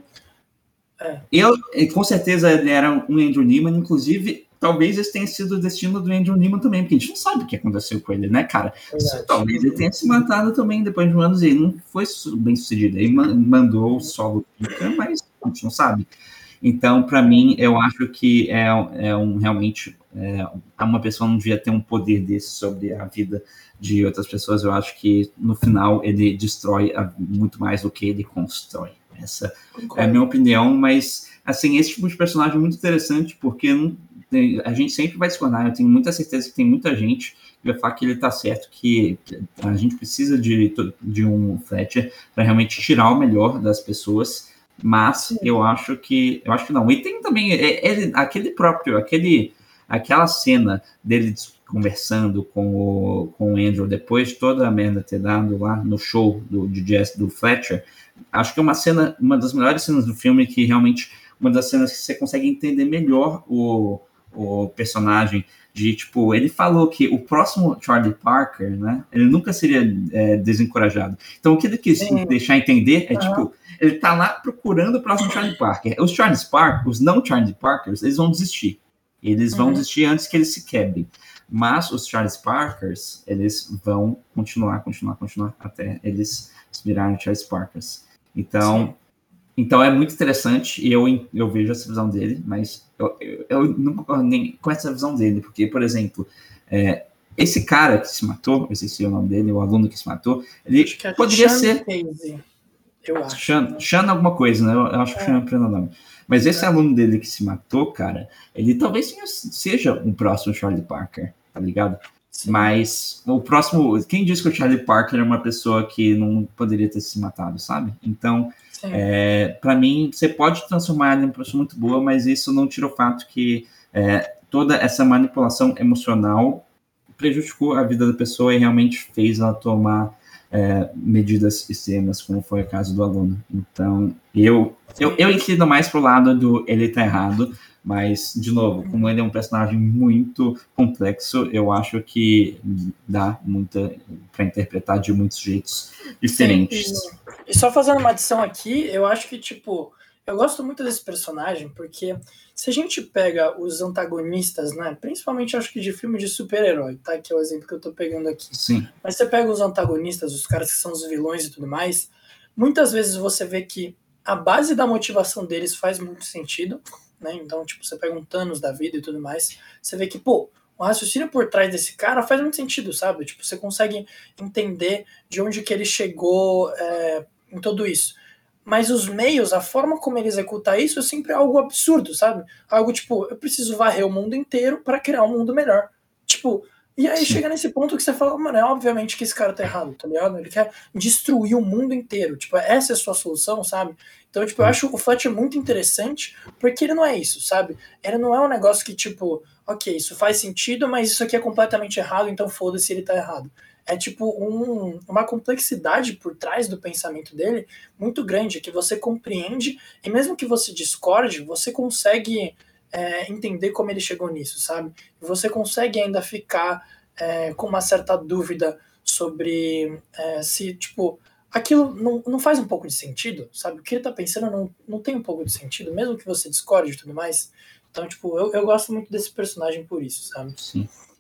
É. Eu, com certeza ele era um Andrew Neiman, inclusive, talvez esse tenha sido o destino do Andrew Neiman também, porque a gente não sabe o que aconteceu com ele, né, cara? Verdade. Talvez ele tenha se matado também depois de um ano e não foi bem sucedido. Aí mandou o solo pica, mas a gente não sabe. Então, para mim, eu acho que é, é um realmente é, uma pessoa não devia ter um poder desse sobre a vida de outras pessoas. Eu acho que no final ele destrói a, muito mais do que ele constrói. Essa é a minha opinião, mas assim, esse tipo de personagem é muito interessante porque não, a gente sempre vai discordar. Eu tenho muita certeza que tem muita gente que vai falar que ele está certo, que a gente precisa de, de um Fletcher para realmente tirar o melhor das pessoas, mas eu acho que eu acho que não. E tem também ele, aquele próprio, aquele, aquela cena dele conversando com o, com o Andrew depois de toda a merda ter dado lá no show do, de jazz do Fletcher. Acho que é uma cena, uma das melhores cenas do filme, que realmente uma das cenas que você consegue entender melhor o, o personagem. De tipo, ele falou que o próximo Charlie Parker, né? Ele nunca seria é, desencorajado. Então, o que ele quis Sim. deixar entender é uhum. tipo, ele tá lá procurando o próximo Charlie Parker. Os Charlie Parker, os não Charlie Parkers, eles vão desistir. Eles vão uhum. desistir antes que eles se quebrem. Mas os Charles Parkers, eles vão continuar, continuar, continuar até eles se virarem Charles Parkers. Então, então é muito interessante e eu, eu vejo essa visão dele, mas eu, eu, eu não concordo nem com essa visão dele, porque, por exemplo, é, esse cara que se matou, eu esqueci o nome dele, o aluno que se matou, ele é poderia Sean ser... Casey, eu acho. Sean, Sean alguma coisa, né? Eu, eu acho que é. Sean é o primeiro nome. Mas esse é. aluno dele que se matou, cara, ele talvez seja o próximo Charlie Parker, tá ligado? Sim. Mas o próximo... Quem diz que o Charlie Parker é uma pessoa que não poderia ter se matado, sabe? Então, é, para mim, você pode transformar ele em uma pessoa muito boa, mas isso não tira o fato que é, toda essa manipulação emocional prejudicou a vida da pessoa e realmente fez ela tomar é, medidas extremas, como foi o caso do aluno. Então, eu, eu, eu inclino mais pro lado do ele tá errado, mas, de novo, como ele é um personagem muito complexo, eu acho que dá muita para interpretar de muitos jeitos diferentes. Sim, e, e só fazendo uma adição aqui, eu acho que, tipo, eu gosto muito desse personagem, porque se a gente pega os antagonistas, né, principalmente acho que de filme de super-herói, tá, que é o exemplo que eu tô pegando aqui. Sim. Mas você pega os antagonistas, os caras que são os vilões e tudo mais, muitas vezes você vê que a base da motivação deles faz muito sentido, né? Então, tipo, você pega um Thanos da vida e tudo mais, você vê que, pô, o raciocínio por trás desse cara faz muito sentido, sabe? Tipo, você consegue entender de onde que ele chegou é, em tudo isso. Mas os meios, a forma como ele executa isso é sempre algo absurdo, sabe? Algo tipo, eu preciso varrer o mundo inteiro para criar um mundo melhor. Tipo, e aí Sim. chega nesse ponto que você fala, mano, é obviamente que esse cara tá errado, tá ligado? Ele quer destruir o mundo inteiro. Tipo, essa é a sua solução, sabe? Então, tipo, eu acho o Fletcher muito interessante porque ele não é isso, sabe? Ele não é um negócio que, tipo, ok, isso faz sentido, mas isso aqui é completamente errado, então foda-se, ele tá errado. É, tipo, um, uma complexidade por trás do pensamento dele muito grande, que você compreende, e mesmo que você discorde, você consegue é, entender como ele chegou nisso, sabe? Você consegue ainda ficar é, com uma certa dúvida sobre é, se, tipo... aquilo não, não faz um pouco de sentido, sabe? O que ele tá pensando não, não tem um pouco de sentido, mesmo que você discorde e tudo mais. Então, tipo, eu, eu gosto muito desse personagem por isso, sabe? Sim.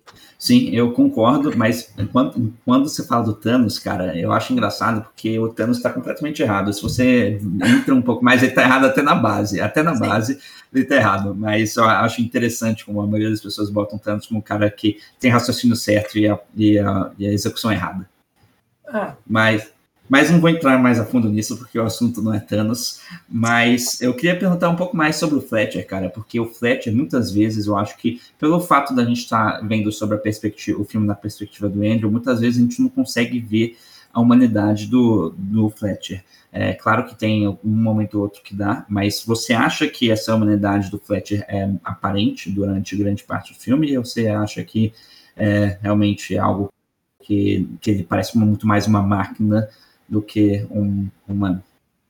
Sim, eu concordo, mas quando, quando você fala do Thanos, cara, eu acho engraçado porque o Thanos está completamente errado. Se você entra um pouco mais, ele está errado até na base. Até na Sim. base ele está errado. Mas eu acho interessante como a maioria das pessoas botam o Thanos como um cara que tem raciocínio certo e a, e a, e a execução errada. Ah. Mas... Mas não vou entrar mais a fundo nisso, porque o assunto não é Thanos. Mas eu queria perguntar um pouco mais sobre o Fletcher, cara, porque o Fletcher, muitas vezes, eu acho que, pelo fato da gente estar tá vendo sobre a perspectiva, o filme na perspectiva do Andrew, muitas vezes a gente não consegue ver a humanidade do, do Fletcher. É claro que tem um momento ou outro que dá, mas você acha que essa humanidade do Fletcher é aparente durante grande parte do filme, ou você acha que é realmente algo que, que ele parece muito mais uma máquina do que um humano?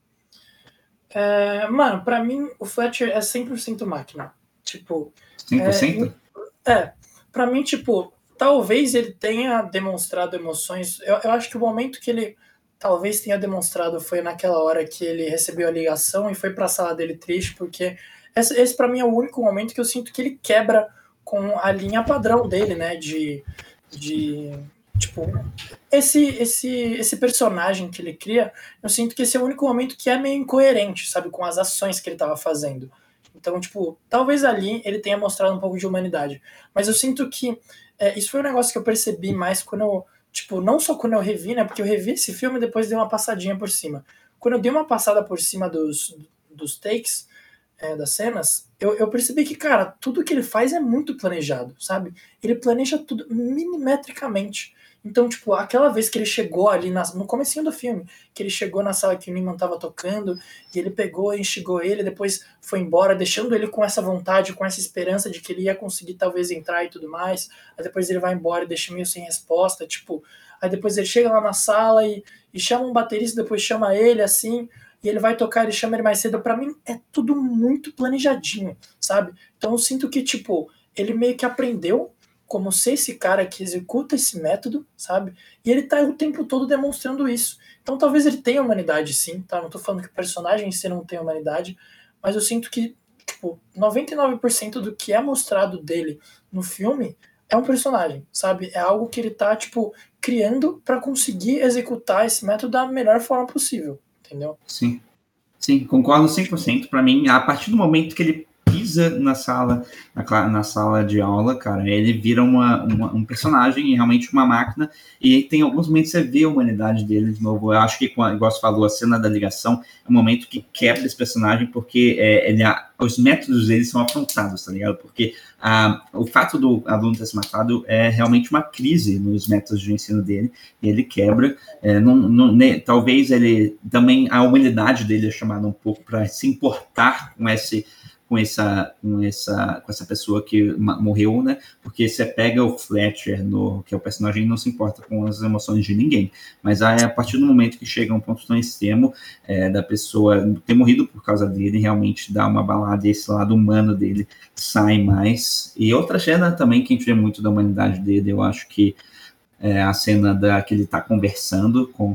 É, mano, pra mim, o Fletcher é cem por cento máquina. Tipo... cem por cento? É, é, pra mim, tipo, talvez ele tenha demonstrado emoções. Eu, eu acho que o momento que ele talvez tenha demonstrado foi naquela hora que ele recebeu a ligação e foi pra sala dele triste, porque esse, esse pra mim é o único momento que eu sinto que ele quebra com a linha padrão dele, né, de... de tipo, esse, esse, esse personagem que ele cria, eu sinto que esse é o único momento que é meio incoerente, sabe, com as ações que ele tava fazendo. Então, tipo, talvez ali ele tenha mostrado um pouco de humanidade. Mas eu sinto que é, isso foi um negócio que eu percebi mais quando eu, tipo, não só quando eu revi, né, porque eu revi esse filme e depois dei uma passadinha por cima. Quando eu dei uma passada por cima dos, dos takes, é, das cenas, eu, eu percebi que, cara, tudo que ele faz é muito planejado, sabe? Ele planeja tudo milimetricamente. Então, tipo, aquela vez que ele chegou ali na, no comecinho do filme, que ele chegou na sala que o Neiman tava tocando, e ele pegou, instigou ele, depois foi embora, deixando ele com essa vontade, com essa esperança de que ele ia conseguir talvez entrar e tudo mais. Aí depois ele vai embora e deixa meio sem resposta, tipo... Aí depois ele chega lá na sala e, e chama um baterista, depois chama ele, assim... E ele vai tocar, ele chama ele mais cedo. Pra mim, é tudo muito planejadinho, sabe? Então eu sinto que, tipo, ele meio que aprendeu como ser esse cara que executa esse método, sabe? E ele tá o tempo todo demonstrando isso. Então talvez ele tenha humanidade, sim, tá? Não tô falando que o personagem em si não tem humanidade, mas eu sinto que, tipo, noventa e nove por cento do que é mostrado dele no filme é um personagem, sabe? É algo que ele tá, tipo, criando pra conseguir executar esse método da melhor forma possível. Entendeu? Sim, sim, concordo cem por cento. Para mim, a partir do momento que ele pisa na sala, na, na sala de aula, cara, ele vira uma, uma, um personagem, realmente uma máquina, e tem alguns momentos que você vê a humanidade dele de novo. Eu acho que, igual você falou, a cena da ligação é um momento que quebra esse personagem, porque é, ele, os métodos dele são afrontados, tá ligado? Porque ah, o fato do aluno ter se matado é realmente uma crise nos métodos de ensino dele, e ele quebra. É, não, não, né, talvez ele também, a humanidade dele é chamada um pouco para se importar com esse com essa, com essa, com essa pessoa que morreu, né? Porque você pega o Fletcher, no, que é o personagem, não se importa com as emoções de ninguém. Mas aí, a partir do momento que chega a um ponto tão extremo é, da pessoa ter morrido por causa dele, realmente dá uma balada e esse lado humano dele sai mais. E outra cena também que a gente vê muito da humanidade dele, eu acho que é a cena da, que ele está conversando com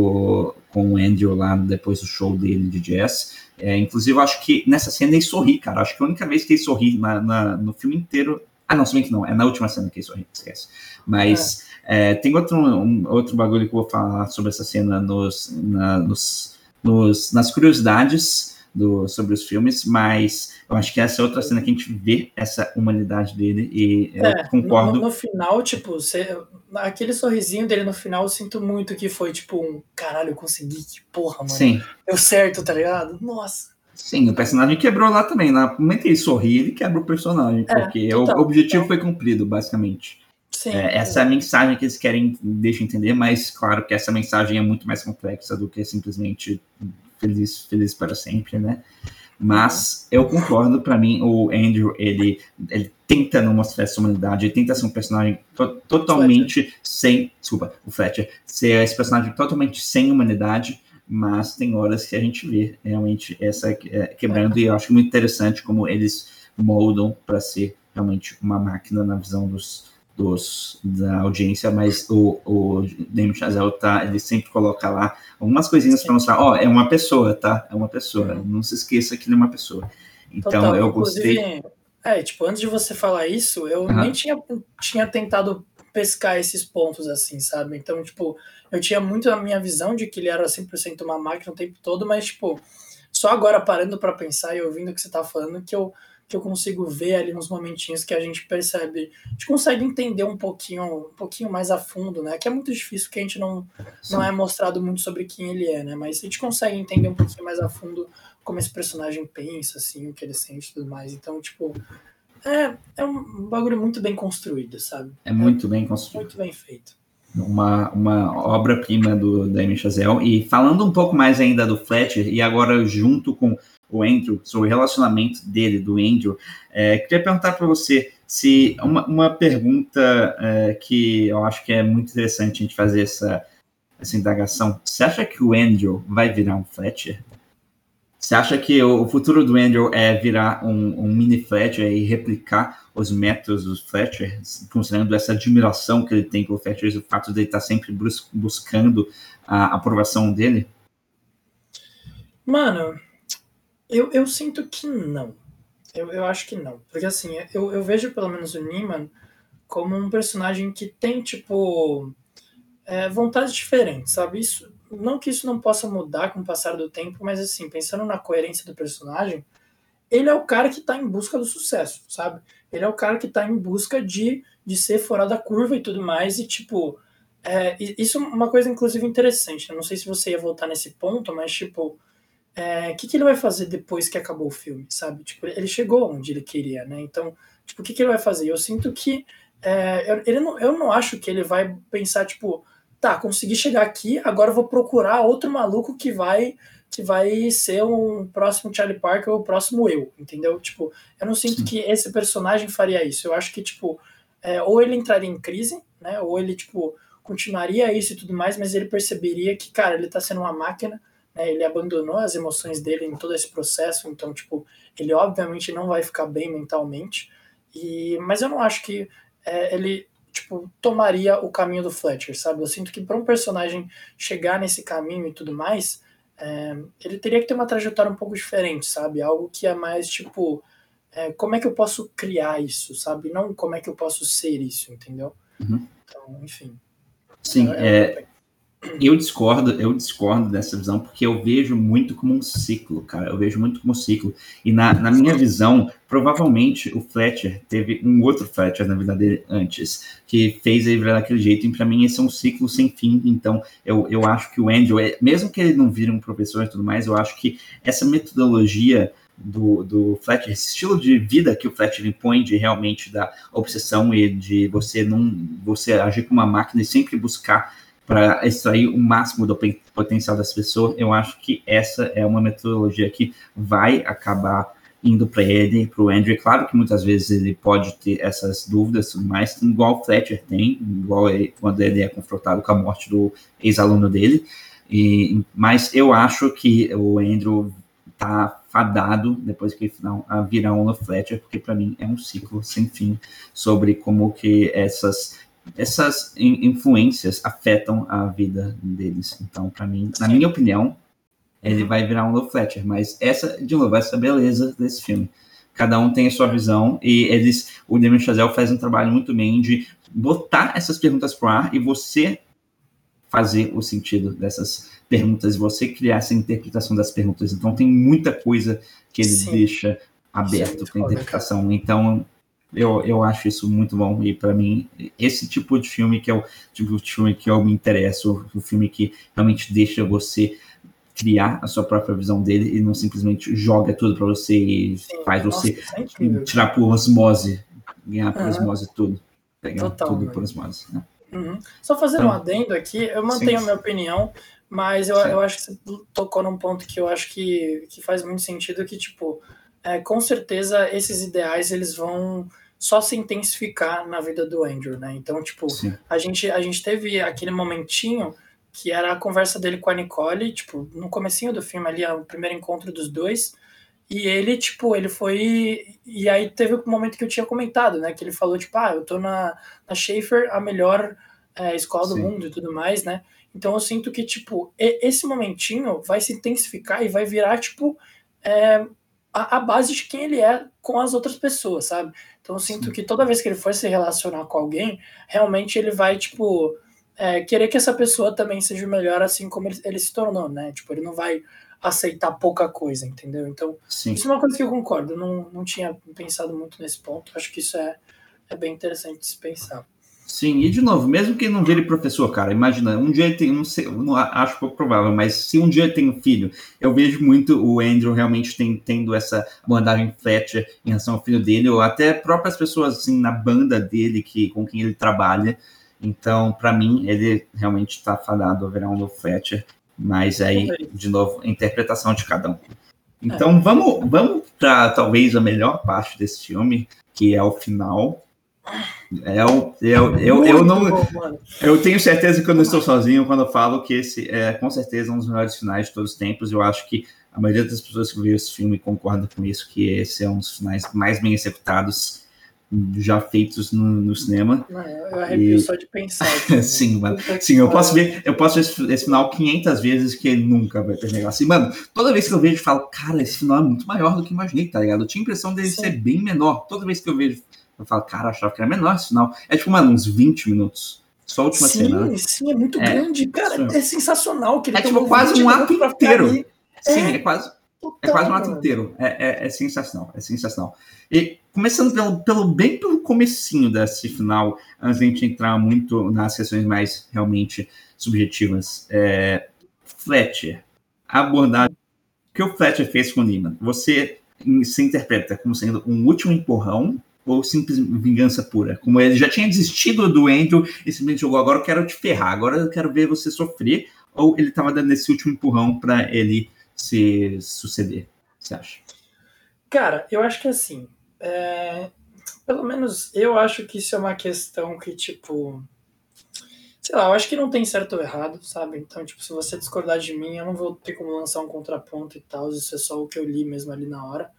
o, com o Andrew lá depois do show dele de jazz. É, inclusive, eu acho que nessa cena ele sorri, cara. Acho que a única vez que ele sorri na, na, no filme inteiro... Ah, não, se bem que não. É na última cena que ele sorri, esquece. Mas é. É, tem outro, um, outro bagulho que eu vou falar sobre essa cena nos, na, nos, nos, nas curiosidades do, sobre os filmes, mas eu acho que essa é outra cena que a gente vê essa humanidade dele e eu é, concordo. No, no final, tipo, você, aquele sorrisinho dele no final, eu sinto muito que foi tipo um caralho, eu consegui, que porra, mano. Sim. Deu certo, tá ligado? Nossa. Sim, o personagem quebrou lá também. No momento que ele sorri, ele quebra o personagem, é, porque total, o objetivo total. foi cumprido, basicamente. Sim, é, essa é a mensagem que eles querem, deixam entender, mas claro que essa mensagem é muito mais complexa do que simplesmente feliz, feliz para sempre, né? Mas uhum. eu concordo, para mim, o Andrew, ele, ele tenta não mostrar essa humanidade, ele tenta ser um personagem to- totalmente Fletcher. sem... Desculpa, o Fletcher. Ser esse personagem totalmente sem humanidade, mas tem horas que a gente vê realmente essa é, quebrando, é. e eu acho muito interessante como eles moldam para ser realmente uma máquina na visão dos, dos, da audiência, mas o, o Damien Chazelle, tá, ele sempre coloca lá algumas coisinhas para mostrar, ó, oh, é uma pessoa, tá? É uma pessoa, não se esqueça que ele é uma pessoa. Então, Total. eu gostei... Inclusive, É, tipo, antes de você falar isso, eu Uhum. nem tinha, tinha tentado pescar esses pontos, assim, sabe? Então, tipo, eu tinha muito a minha visão de que ele era cem por cento uma máquina o tempo todo, mas, tipo, só agora parando pra pensar e ouvindo o que você tá falando, que eu, que eu consigo ver ali uns momentinhos que a gente percebe, a gente consegue entender um pouquinho, um pouquinho mais a fundo, né? Que é muito difícil, porque a gente não, não é Sim. mostrado muito sobre quem ele é, né? Mas a gente consegue entender um pouquinho mais a fundo como esse personagem pensa, assim, o que ele sente e tudo mais. Então, tipo, é, é um bagulho muito bem construído, sabe? É É muito bem construído. muito bem feito. Uma, uma obra-prima do Damien Chazelle. E falando um pouco mais ainda do Fletcher, e agora junto com o Andrew, sobre o relacionamento dele, do Andrew, é, queria perguntar para você se uma, uma pergunta é, que eu acho que é muito interessante a gente fazer essa, essa indagação. Você acha que o Andrew vai virar um Fletcher? Você acha que o futuro do Andrew é virar um, um mini Fletcher e replicar os métodos do Fletcher, considerando essa admiração que ele tem pelo Fletcher e o fato de ele estar sempre bus buscando a aprovação dele? Mano, eu, eu sinto que não. Eu, eu acho que não. Porque assim, eu, eu vejo pelo menos o Neiman como um personagem que tem, tipo, é, vontades diferentes, sabe? Isso, não que isso não possa mudar com o passar do tempo, mas assim, pensando na coerência do personagem, ele é o cara que tá em busca do sucesso, sabe? Ele é o cara que tá em busca de, de ser fora da curva e tudo mais, e tipo, é, isso é uma coisa inclusive interessante, né? Não sei se você ia voltar nesse ponto, mas tipo, é, o que, que ele vai fazer depois que acabou o filme, sabe? Tipo, ele chegou onde ele queria, né? Então, tipo, o que, que ele vai fazer? Eu sinto que é, eu, ele não, eu não acho que ele vai pensar, tipo, tá, consegui chegar aqui, agora eu vou procurar outro maluco que vai que vai ser um próximo Charlie Parker ou o próximo eu, entendeu? Tipo, eu não sinto Sim. que esse personagem faria isso. Eu acho que, tipo, é, ou ele entraria em crise, né? Ou ele, tipo, continuaria isso e tudo mais, mas ele perceberia que, cara, ele tá sendo uma máquina, né? Ele abandonou as emoções dele em todo esse processo, então, tipo, ele obviamente não vai ficar bem mentalmente. E, mas eu não acho que é, ele tipo tomaria o caminho do Fletcher, sabe? Eu sinto que para um personagem chegar nesse caminho e tudo mais, é, ele teria que ter uma trajetória um pouco diferente, sabe? Algo que é mais tipo, é, como é que eu posso criar isso, sabe? Não como é que eu posso ser isso, entendeu? Uhum. Então, enfim, Sim, é, é o que eu é, penso. eu discordo, eu discordo dessa visão, porque eu vejo muito como um ciclo, cara. Eu vejo muito como um ciclo. E na, na minha visão, provavelmente o Fletcher teve um outro Fletcher na vida dele antes, que fez ele virar daquele jeito. E para mim, esse é um ciclo sem fim. Então, eu, eu acho que o Andrew, é, mesmo que ele não vire um professor e tudo mais, eu acho que essa metodologia do, do Fletcher, esse estilo de vida que o Fletcher impõe, de realmente da obsessão e de você não você agir como uma máquina e sempre buscar para extrair o máximo do potencial das pessoas, eu acho que essa é uma metodologia que vai acabar indo para ele, para o Andrew. Claro que muitas vezes ele pode ter essas dúvidas, mas igual o Fletcher tem, igual ele, quando ele é confrontado com a morte do ex-aluno dele. E, mas eu acho que o Andrew tá fadado depois que final a virar um Fletcher, porque para mim é um ciclo sem fim sobre como que essas essas influências afetam a vida deles. Então, para mim, na Sim. minha opinião, ele Uhum. vai virar um Love Fletcher. Mas essa, de novo, essa beleza desse filme. Cada um tem a sua visão e eles, o Damien Chazelle faz um trabalho muito bem de botar essas perguntas pro ar e você fazer o sentido dessas perguntas, você criar essa interpretação das perguntas. Então, tem muita coisa que ele Sim. deixa Isso é aberto muito para foda, cara. interpretação. Então, eu, eu acho isso muito bom. E para mim, esse tipo de filme que é o tipo de filme que eu me interesso, o filme que realmente deixa você criar a sua própria visão dele e não simplesmente joga tudo para você e Sim. faz Nossa, você isso é incrível, tirar cara. por osmose, ganhar por Uhum. osmose tudo. Pegar Total, tudo por mano. osmose. Né? Uhum. Só fazendo um Então, adendo aqui, eu sim, mantenho a minha opinião, mas eu, eu certo. acho que você tocou num ponto que eu acho que, que faz muito sentido, que, tipo, é, com certeza esses ideais, eles vão só se intensificar na vida do Andrew, né? Então, tipo, Sim. a gente, a gente teve aquele momentinho que era a conversa dele com a Nicole, tipo, no comecinho do filme ali, o primeiro encontro dos dois, e ele, tipo, ele foi. E aí teve o momento que eu tinha comentado, né? Que ele falou, tipo, ah, eu tô na, na Schaefer, a melhor é, escola do Sim. mundo e tudo mais, né? Então eu sinto que, tipo, esse momentinho vai se intensificar e vai virar, tipo, é, a, a base de quem ele é com as outras pessoas, sabe? Então eu sinto Sim. que toda vez que ele for se relacionar com alguém, realmente ele vai, tipo, é, querer que essa pessoa também seja melhor assim como ele, ele se tornou, né? Tipo, ele não vai aceitar pouca coisa, entendeu? Então, Sim. isso é uma coisa que eu concordo. Eu não, não tinha pensado muito nesse ponto. Acho que isso é, é bem interessante de se pensar. Sim, e de novo, mesmo que ele não vire professor, cara, imagina, um dia ele tem, não sei, não acho pouco provável, mas se um dia ele tem um filho, eu vejo muito o Andrew realmente tem, tendo essa abordagem Fletcher em relação ao filho dele, ou até próprias pessoas, assim, na banda dele, que, com quem ele trabalha. Então, para mim, ele realmente está fadado a virar um novo Fletcher, mas aí, de novo, a interpretação de cada um. Então, é. vamos, vamos para talvez a melhor parte desse filme, que é o final. Eu, eu, eu, eu, não, eu tenho certeza que eu não estou sozinho quando eu falo que esse é com certeza um dos melhores finais de todos os tempos. Eu acho que a maioria das pessoas que viram esse filme concorda com isso, que esse é um dos finais mais bem executados já feitos no, no cinema. Não, eu arrepio e... só de pensar. Sim, mano. Sim, eu posso ver, eu posso ver esse, esse final quinhentas vezes que ele nunca vai ter negócio. Assim, mano, toda vez que eu vejo, eu falo, cara, esse final é muito maior do que imaginei, tá ligado? Eu tinha a impressão dele Sim. ser bem menor. Toda vez que eu vejo, eu falo, cara, eu achava que era menor esse final. É tipo, mano, uns vinte minutos. Só a última sim, cena. Sim, sim, é muito é, grande. Cara, é sensacional. Que ele é tipo quase um ato inteiro. Sim, é, é quase... Total, é quase um ato inteiro. É, é, é sensacional. É sensacional. E começando pelo, pelo bem pelo comecinho desse final, antes de a gente entrar muito nas questões mais realmente subjetivas. É, Fletcher, a abordagem que o Fletcher fez com o Neiman, você se interpreta como sendo um último empurrão ou simples vingança pura? Como ele já tinha desistido do Andrew e simplesmente jogou, agora eu quero te ferrar, agora eu quero ver você sofrer, ou ele estava dando esse último empurrão para ele se suceder, você acha? Cara, eu acho que assim, é... pelo menos eu acho que isso é uma questão que, tipo, sei lá, eu acho que não tem certo ou errado, sabe? Então, tipo, se você discordar de mim, eu não vou ter como lançar um contraponto e tal, isso é só o que eu li mesmo ali na hora.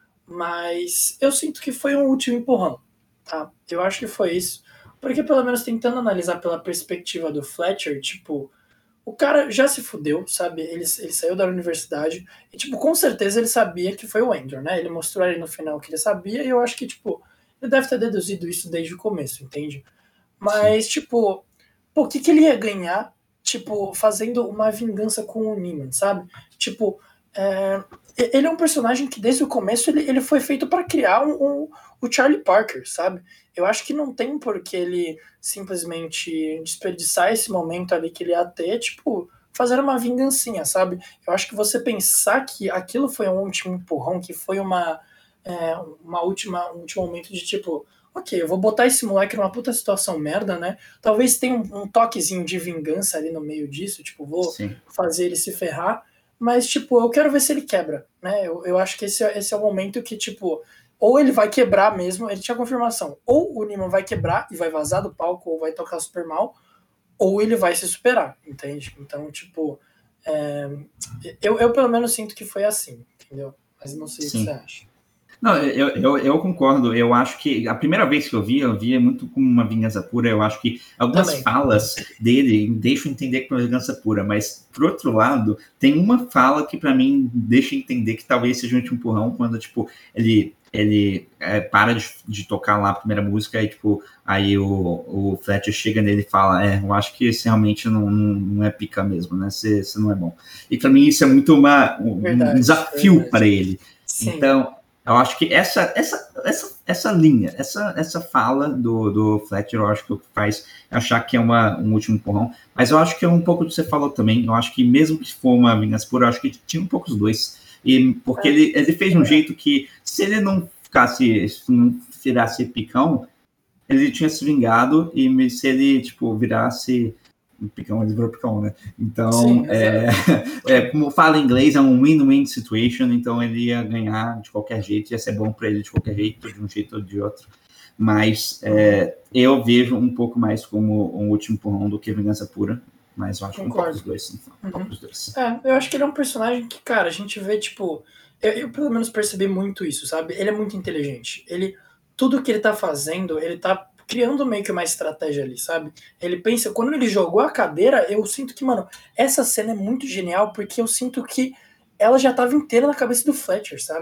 Mas eu sinto que foi um último empurrão, tá? Eu acho que foi isso. Porque, pelo menos, tentando analisar pela perspectiva do Fletcher, tipo, o cara já se fudeu, sabe? Ele, ele saiu da universidade e, tipo, com certeza ele sabia que foi o Andrew, né? Ele mostrou ali no final que ele sabia e eu acho que, tipo, ele deve ter deduzido isso desde o começo, entende? Mas, Sim. tipo, pô, o que, que ele ia ganhar, tipo, fazendo uma vingança com o Neiman, sabe? Tipo, é, ele é um personagem que desde o começo ele, ele foi feito para criar um, um, o Charlie Parker, sabe? Eu acho que não tem por que ele simplesmente desperdiçar esse momento ali que ele ia ter, tipo, fazer uma vingancinha, sabe? Eu acho que você pensar que aquilo foi um último empurrão, que foi uma, é, uma última, um último momento de tipo, ok, eu vou botar esse moleque numa puta situação merda, né? Talvez tenha um, um toquezinho de vingança ali no meio disso, tipo, vou Sim. fazer ele se ferrar, mas, tipo, eu quero ver se ele quebra, né? Eu, eu acho que esse, esse é o momento que, tipo, ou ele vai quebrar mesmo, ele tinha confirmação, ou o Neiman vai quebrar e vai vazar do palco, ou vai tocar super mal, ou ele vai se superar, entende? Então, tipo, é, eu, eu pelo menos sinto que foi assim, entendeu? Mas não sei Sim. o que você acha. Não, eu, eu, eu concordo. Eu acho que a primeira vez que eu vi, eu via muito como uma vingança pura. Eu acho que algumas Também. falas dele deixam entender que é uma vingança pura, mas, por outro lado, tem uma fala que, para mim, deixa entender que talvez seja um empurrão quando, tipo, ele, ele é, para de, de tocar lá a primeira música e, tipo, aí o, o Fletcher chega nele e fala, é, eu acho que esse realmente não, não, não é pica mesmo, né? Você não é bom. E, para mim, isso é muito uma, um, verdade, um desafio para ele. Sim. Então... Eu acho que essa, essa, essa, essa linha, essa, essa fala do, do Fletcher, eu acho que o que faz achar que é uma, um último empurrão. Mas eu acho que é um pouco do que você falou também. Eu acho que mesmo que for uma vingança pura, eu acho que tinha um pouco os dois. E, porque é. ele, ele fez de um jeito que, se ele não ficasse, se não virasse picão, ele tinha se vingado. E se ele, tipo, virasse... Picão, ele virou picão, né? Então, Sim, é, é, como fala em inglês, é um win-win situation, então ele ia ganhar de qualquer jeito, ia ser bom para ele de qualquer jeito, de um jeito ou de outro. Mas é, eu vejo um pouco mais como um último empurrão do que vingança pura, mas eu acho Concordo. um pouco dos dois. Então, um pouco dos dois. É, eu acho que ele é um personagem que, cara, a gente vê, tipo... Eu, eu pelo menos percebi muito isso, sabe? Ele é muito inteligente. Ele, tudo que ele tá fazendo, ele tá criando meio que uma estratégia ali, sabe? Ele pensa, quando ele jogou a cadeira, eu sinto que, mano, essa cena é muito genial, porque eu sinto que ela já tava inteira na cabeça do Fletcher, sabe?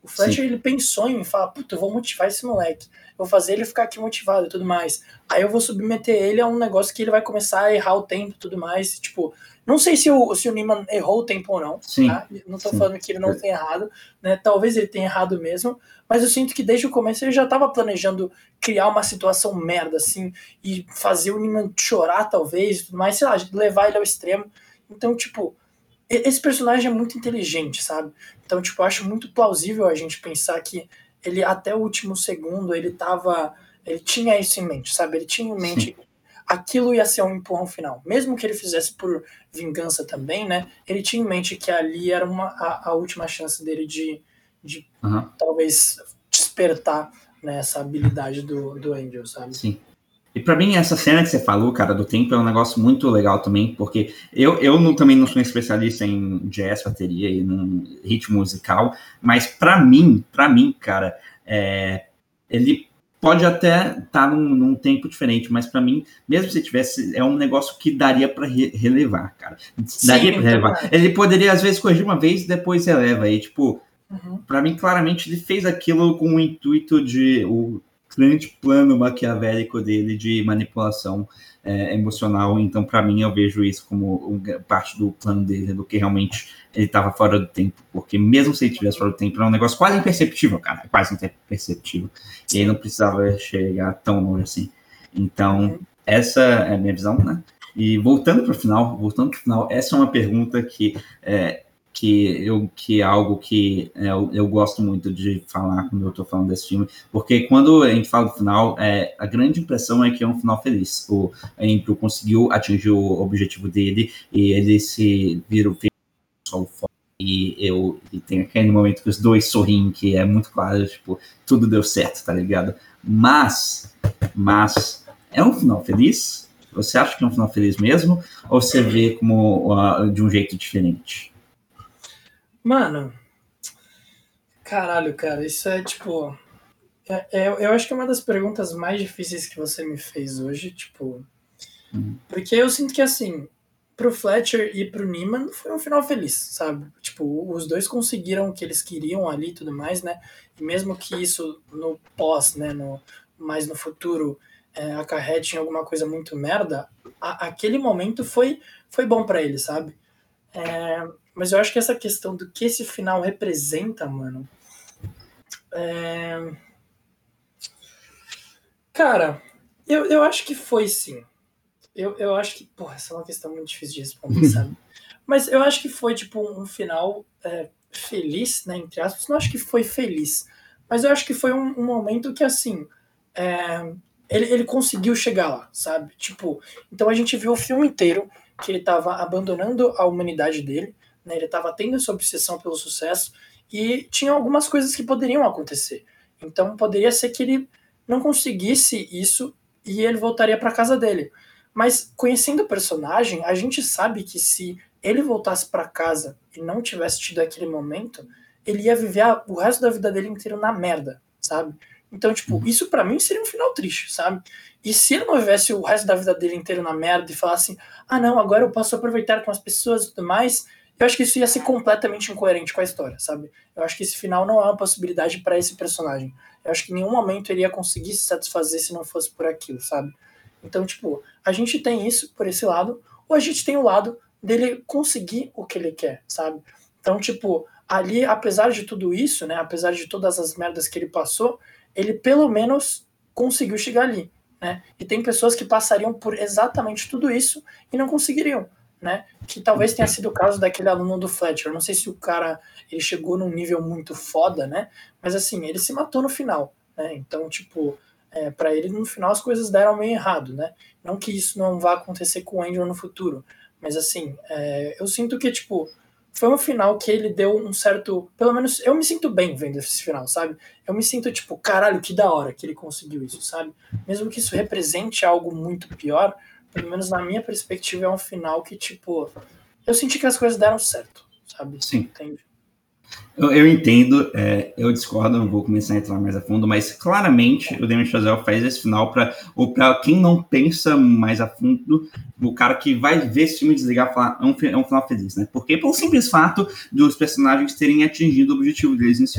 O Fletcher, Sim. ele pensou em falar, puta, eu vou motivar esse moleque, vou fazer ele ficar aqui motivado e tudo mais. Aí eu vou submeter ele a um negócio que ele vai começar a errar o tempo e tudo mais. Tipo, não sei se o, se o Neiman errou o tempo ou não, Sim. Tá? Não tô Sim. falando que ele não tenha errado, né? Talvez ele tenha errado mesmo, mas eu sinto que desde o começo ele já tava planejando criar uma situação merda, assim, e fazer o Neiman chorar, talvez, e tudo mais, sei lá, levar ele ao extremo. Então, tipo, esse personagem é muito inteligente, sabe? Então, tipo, eu acho muito plausível a gente pensar que ele, até o último segundo, ele tava... Ele tinha isso em mente, sabe? Ele tinha em mente... Sim. Aquilo ia ser um empurrão final. Mesmo que ele fizesse por vingança também, né? Ele tinha em mente que ali era uma, a, a última chance dele de, de uhum. talvez despertar, né, essa habilidade do, do Angel, sabe? Sim. E pra mim, essa cena que você falou, cara, do tempo é um negócio muito legal também, porque eu, eu não, também não sou um especialista em jazz, bateria e num ritmo musical, mas pra mim, pra mim, cara, é, ele pode até estar tá num, num tempo diferente, mas pra mim, mesmo se tivesse, é um negócio que daria pra re relevar, cara. Daria Sim, pra relevar. Ele poderia, às vezes, corrigir uma vez e depois releva. E, tipo, uhum. pra mim, claramente, ele fez aquilo com o intuito de... O, grande plano maquiavélico dele de manipulação é, emocional. Então, para mim, eu vejo isso como um, parte do plano dele, do que realmente ele estava fora do tempo. Porque mesmo se ele estivesse fora do tempo, era um negócio quase imperceptível, cara. Quase imperceptível. E ele não precisava chegar tão longe assim. Então, essa é a minha visão, né? E voltando para o final, voltando para o final, essa é uma pergunta que... É, que, eu, que é algo que é, eu, eu gosto muito de falar quando eu estou falando desse filme, porque quando a gente fala do final, é, a grande impressão é que é um final feliz. O Andrew conseguiu atingir o objetivo dele e ele se vira o sol fora e, eu, e tem aquele momento que os dois sorriem, que é muito claro, tipo, tudo deu certo, tá ligado? Mas, mas, é um final feliz? Você acha que é um final feliz mesmo? Ou você vê como uh, de um jeito diferente? Mano, caralho, cara, isso é tipo... É, é, eu acho que é uma das perguntas mais difíceis que você me fez hoje, tipo... Uhum. Porque eu sinto que, assim, pro Fletcher e pro Neiman foi um final feliz, sabe? Tipo, os dois conseguiram o que eles queriam ali e tudo mais, né? E mesmo que isso no pós, né, no, mais no futuro, é, acarrete em alguma coisa muito merda, a, aquele momento foi, foi bom pra eles, sabe? É... Mas eu acho que essa questão do que esse final representa, mano... É... Cara, eu, eu acho que foi sim. Eu, eu acho que... Porra, essa é uma questão muito difícil de responder, sabe? Mas eu acho que foi, tipo, um final é, feliz, né, entre aspas. Não acho que foi feliz. Mas eu acho que foi um, um momento que, assim... É... Ele, ele conseguiu chegar lá, sabe? Tipo, então a gente viu o filme inteiro que ele tava abandonando a humanidade dele, né, ele estava tendo essa obsessão pelo sucesso e tinha algumas coisas que poderiam acontecer. Então poderia ser que ele não conseguisse isso e ele voltaria para casa dele. Mas conhecendo o personagem, a gente sabe que se ele voltasse para casa e não tivesse tido aquele momento, ele ia viver a, o resto da vida dele inteiro na merda, sabe? Então, tipo, isso pra mim seria um final triste, sabe? E se ele não vivesse o resto da vida dele inteiro na merda e falasse, ah não, agora eu posso aproveitar com as pessoas e tudo mais... Eu acho que isso ia ser completamente incoerente com a história, sabe? Eu acho que esse final não é uma possibilidade para esse personagem. Eu acho que em nenhum momento ele ia conseguir se satisfazer se não fosse por aquilo, sabe? Então, tipo, a gente tem isso por esse lado, ou a gente tem o lado dele conseguir o que ele quer, sabe? Então, tipo, ali, apesar de tudo isso, né? Apesar de todas as merdas que ele passou, ele pelo menos conseguiu chegar ali, né? E tem pessoas que passariam por exatamente tudo isso e não conseguiriam. Né? Que talvez tenha sido o caso daquele aluno do Fletcher. Eu não sei se o cara ele chegou num nível muito foda, né? Mas assim, ele se matou no final, né? Então, tipo, é, para ele no final as coisas deram meio errado, né? Não que isso não vá acontecer com o Angel no futuro, mas assim, é, eu sinto que, tipo, foi um final que ele deu um certo... Pelo menos eu me sinto bem vendo esse final, sabe? Eu me sinto, tipo, caralho, que da hora que ele conseguiu isso, sabe? Mesmo que isso represente algo muito pior, pelo menos na minha perspectiva, é um final que, tipo, eu senti que as coisas deram certo, sabe? Sim. Entende? Eu, eu entendo, é, eu discordo, não vou começar a entrar mais a fundo, mas claramente o Damien Chazelle faz esse final para quem não pensa mais a fundo, o cara que vai ver esse filme desligar e falar, é um, é um final feliz, né? Porque pelo simples fato dos personagens terem atingido o objetivo deles inicial.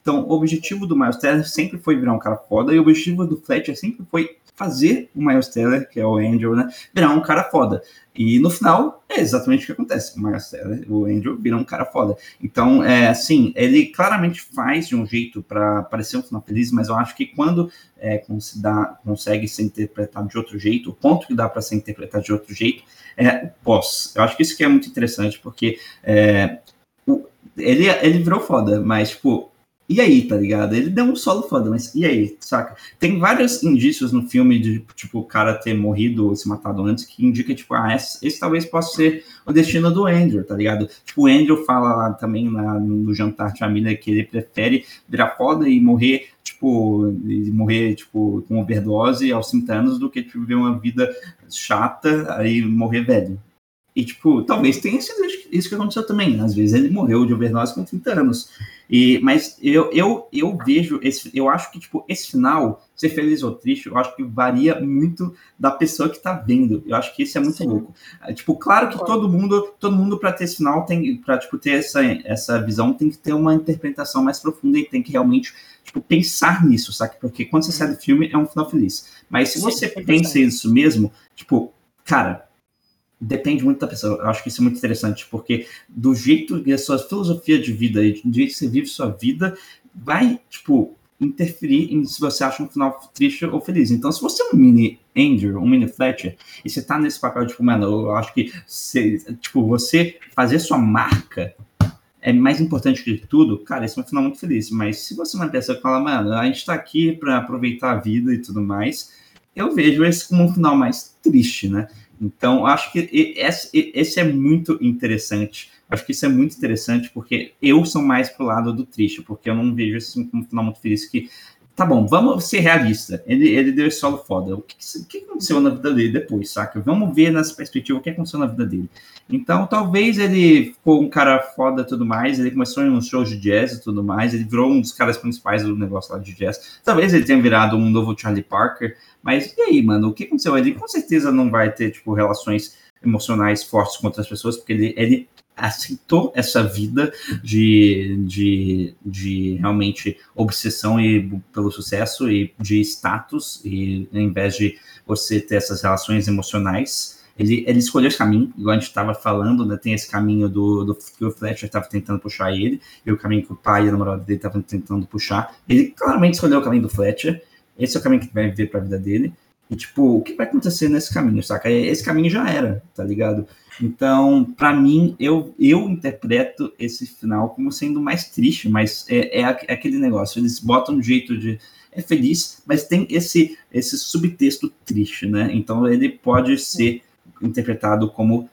Então, o objetivo do Miles Teller sempre foi virar um cara foda, e o objetivo do Fletcher sempre foi fazer o Miles Teller, que é o Andrew, né, virar um cara foda. E no final, é exatamente o que acontece. O Miles Teller, o Andrew, vira um cara foda. Então, é assim, ele claramente faz de um jeito para parecer um final feliz, mas eu acho que quando é, dá, consegue ser interpretado de outro jeito, o ponto que dá para ser interpretado de outro jeito é o pós. Eu acho que isso que é muito interessante, porque é, o, ele, ele virou foda, mas, tipo, e aí, tá ligado? Ele deu um solo foda, mas e aí, saca? Tem vários indícios no filme de, tipo, o cara ter morrido ou se matado antes, que indica, tipo, ah, esse, esse talvez possa ser o destino do Andrew, tá ligado? Tipo, o Andrew fala lá também na, no jantar de família que ele prefere virar foda e morrer, tipo, e morrer, tipo, com overdose aos cinquenta anos do que, tipo, viver uma vida chata aí morrer velho. E, tipo, talvez tenha sido isso que aconteceu também. Às vezes ele morreu de overdose com trinta anos. E, mas eu, eu, eu vejo, esse, eu acho que, tipo, esse final, ser feliz ou triste, eu acho que varia muito da pessoa que tá vendo. Eu acho que isso é muito Sim. louco. É, tipo, claro que todo mundo, todo mundo para ter esse final, tem, pra, tipo, ter essa, essa visão, tem que ter uma interpretação mais profunda e tem que realmente, tipo, pensar nisso, sabe? Porque quando você sai do filme, é um final feliz. Mas se você Sim, pensa isso mesmo, tipo, cara... Depende muito da pessoa. Eu acho que isso é muito interessante, porque do jeito que a sua filosofia de vida e do jeito que você vive sua vida, vai, tipo, interferir em se você acha um final triste ou feliz. Então, se você é um mini Andrew, um mini Fletcher, e você tá nesse papel, tipo, mano, eu acho que, você, tipo, você fazer sua marca é mais importante que tudo, cara, esse é um final muito feliz. Mas se você é uma pessoa que fala, mano, a gente tá aqui pra aproveitar a vida e tudo mais, eu vejo esse como um final mais triste, né? Então, acho que esse, esse é muito interessante. Acho que isso é muito interessante, porque eu sou mais pro lado do triste, porque eu não vejo esse como um final muito feliz que... Tá bom, vamos ser realistas. Ele, ele deu esse solo foda. O que, o que aconteceu na vida dele depois, saca? Vamos ver nessa perspectiva o que aconteceu na vida dele. Então, talvez ele ficou um cara foda e tudo mais, ele começou em uns shows de jazz e tudo mais, ele virou um dos caras principais do negócio lá de jazz. Talvez ele tenha virado um novo Charlie Parker, mas e aí, mano? O que aconteceu? Ele com certeza não vai ter, tipo, relações emocionais fortes com outras pessoas, porque ele, ele aceitou essa vida de, de, de realmente obsessão e, pelo sucesso e de status, e ao invés de você ter essas relações emocionais, ele, ele escolheu esse caminho, igual a gente estava falando, né, tem esse caminho do, do que o Fletcher estava tentando puxar ele, e o caminho que o pai e a namorada dele estavam tentando puxar. Ele claramente escolheu o caminho do Fletcher, esse é o caminho que vai vir para a vida dele. E, tipo, o que vai acontecer nesse caminho, saca? Esse caminho já era, tá ligado? Então, para mim, eu, eu interpreto esse final como sendo mais triste, mas é, é aquele negócio, eles botam um jeito de... É feliz, mas tem esse, esse subtexto triste, né? Então, ele pode ser interpretado como...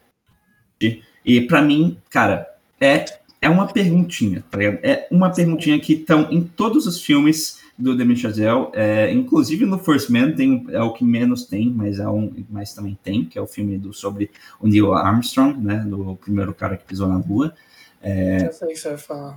E, para mim, cara, é, é uma perguntinha, tá ligado? É uma perguntinha que estão em todos os filmes do Damien Chazelle, é, inclusive no First Man tem, é o que menos tem, mas é um, mas também tem, que é o filme do, sobre o Neil Armstrong, né, do primeiro cara que pisou na Lua. É, eu sei o que você vai falar.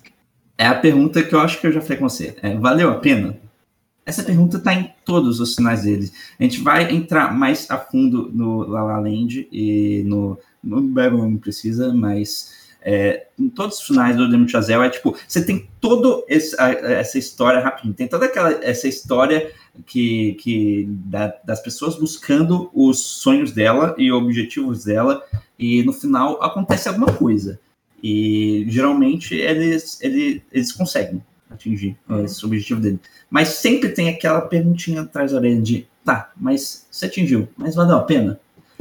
É a pergunta que eu acho que eu já falei com você. É, valeu a pena? Essa Sim. pergunta está em todos os sinais dele. A gente vai entrar mais a fundo no La La Land e no, no Babylon não precisa, mas... É, em todos os finais do Damien Chazelle é tipo, você tem toda essa história rapidinho, tem toda aquela essa história que, que da, das pessoas buscando os sonhos dela e objetivos dela, e no final acontece alguma coisa, e geralmente eles, eles, eles conseguem atingir uhum. esse objetivo dele, mas sempre tem aquela perguntinha atrás da orelha de, tá, mas você atingiu, mas valeu a pena?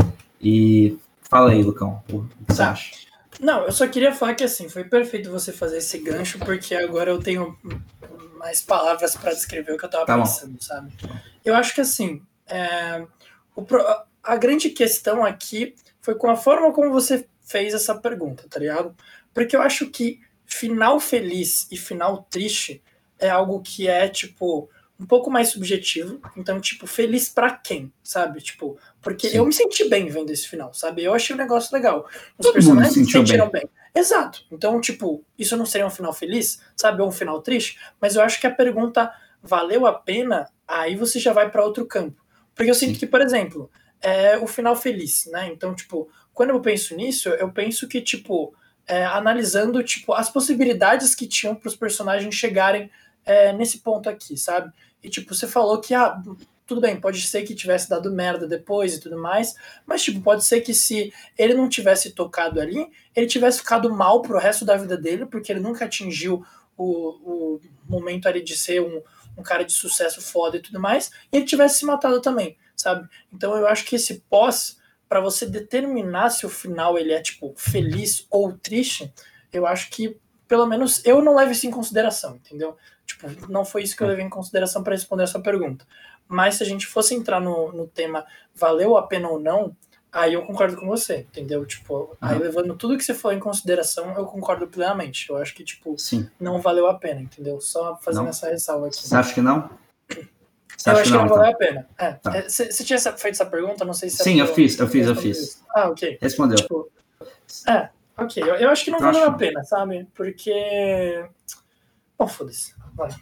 E fala aí, Lucão, o que você acha? Não, eu só queria falar que assim, foi perfeito você fazer esse gancho, porque agora eu tenho mais palavras para descrever o que eu tava tá pensando, bom. sabe? Eu acho que assim, é, o, a grande questão aqui foi com a forma como você fez essa pergunta, tá ligado? Porque eu acho que final feliz e final triste é algo que é, tipo, um pouco mais subjetivo. Então, tipo, feliz pra quem, sabe? Tipo, porque Sim. eu me senti bem vendo esse final, sabe? Eu achei o negócio legal. Os Todo personagens mundo se sentiram bem. bem. Exato. Então, tipo, isso não seria um final feliz, sabe? Ou um final triste. Mas eu acho que a pergunta valeu a pena, aí você já vai pra outro campo. Porque eu sinto Sim. que, por exemplo, é o final feliz, né? Então, tipo, quando eu penso nisso, eu penso que, tipo, é, analisando tipo, as possibilidades que tinham para os personagens chegarem é, nesse ponto aqui, sabe? E tipo, você falou que, ah, tudo bem, pode ser que tivesse dado merda depois e tudo mais, mas tipo, pode ser que se ele não tivesse tocado ali, ele tivesse ficado mal pro resto da vida dele, porque ele nunca atingiu o, o momento ali de ser um, um cara de sucesso foda e tudo mais, e ele tivesse se matado também, sabe? Então eu acho que esse pós, para você determinar se o final ele é, tipo, feliz ou triste, eu acho que, pelo menos, eu não levo isso em consideração, entendeu? Tipo, não foi isso que eu levei em consideração para responder essa pergunta. Mas se a gente fosse entrar no, no tema valeu a pena ou não, aí eu concordo com você, entendeu? Tipo, uhum. Aí levando tudo que você falou em consideração, eu concordo plenamente. Eu acho que, tipo, Sim. não valeu a pena, entendeu? Só fazendo não. essa ressalva aqui. Você acha que não? Você eu acho que não, que não então? valeu a pena. É. Tá. Você, você tinha feito essa pergunta? Não sei se... Sim, eu fiz, eu fiz, eu fiz. Isso. Ah, ok. Respondeu. Tipo, é, ok. Eu, eu acho que não então, valeu acho... a pena, sabe? Porque... Bom, foda-se.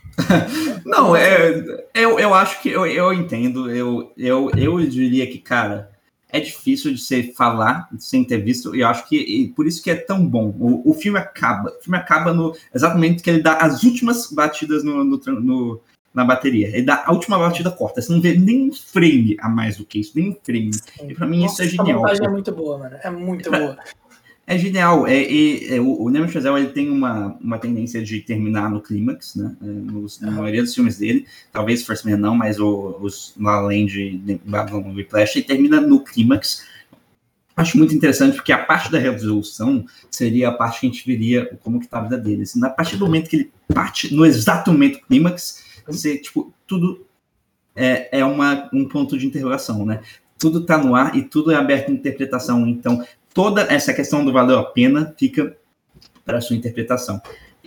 Não, é, eu, eu acho que eu, eu entendo. Eu, eu, eu diria que, cara, é difícil de você falar sem ter visto, e eu acho que e por isso que é tão bom. O, o filme acaba. O filme acaba no exatamente que ele dá as últimas batidas no, no, no, na bateria. Ele dá a última batida corta. Você não vê nem um frame a mais do que isso, nem um frame. Sim. E pra mim Nossa, isso é genial. A montagem é muito boa, mano. É muito boa. É genial. É, é, é, o Damien Chazelle ele tem uma, uma tendência de terminar no clímax, né? Nos, na maioria dos filmes dele. Talvez First Man não, mas o, os La La Land, Babylon Whiplash, ele termina no clímax. Acho muito interessante porque a parte da resolução seria a parte que a gente veria como que tá a vida dele. Assim, na partir do momento que ele parte, no exato momento do clímax, você, tipo, tudo é, é uma, um ponto de interrogação, né? Tudo tá no ar e tudo é aberto à interpretação. Então, toda essa questão do valeu a pena fica para a sua interpretação.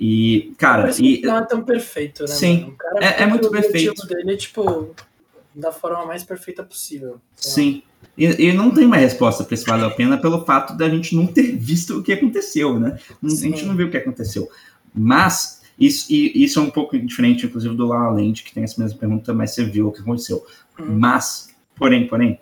E, cara... E, não é tão perfeito, né? Sim, mano? O cara é, é muito perfeito. O dele, tipo, da forma mais perfeita possível. Sim. E, e não tem uma resposta para esse valeu a pena pelo fato da gente não ter visto o que aconteceu, né? Sim. A gente não viu o que aconteceu. Mas... Isso, e, isso é um pouco diferente, inclusive, do La La Land, que tem essa mesma pergunta, mas você viu o que aconteceu. Uhum. Mas, porém, porém,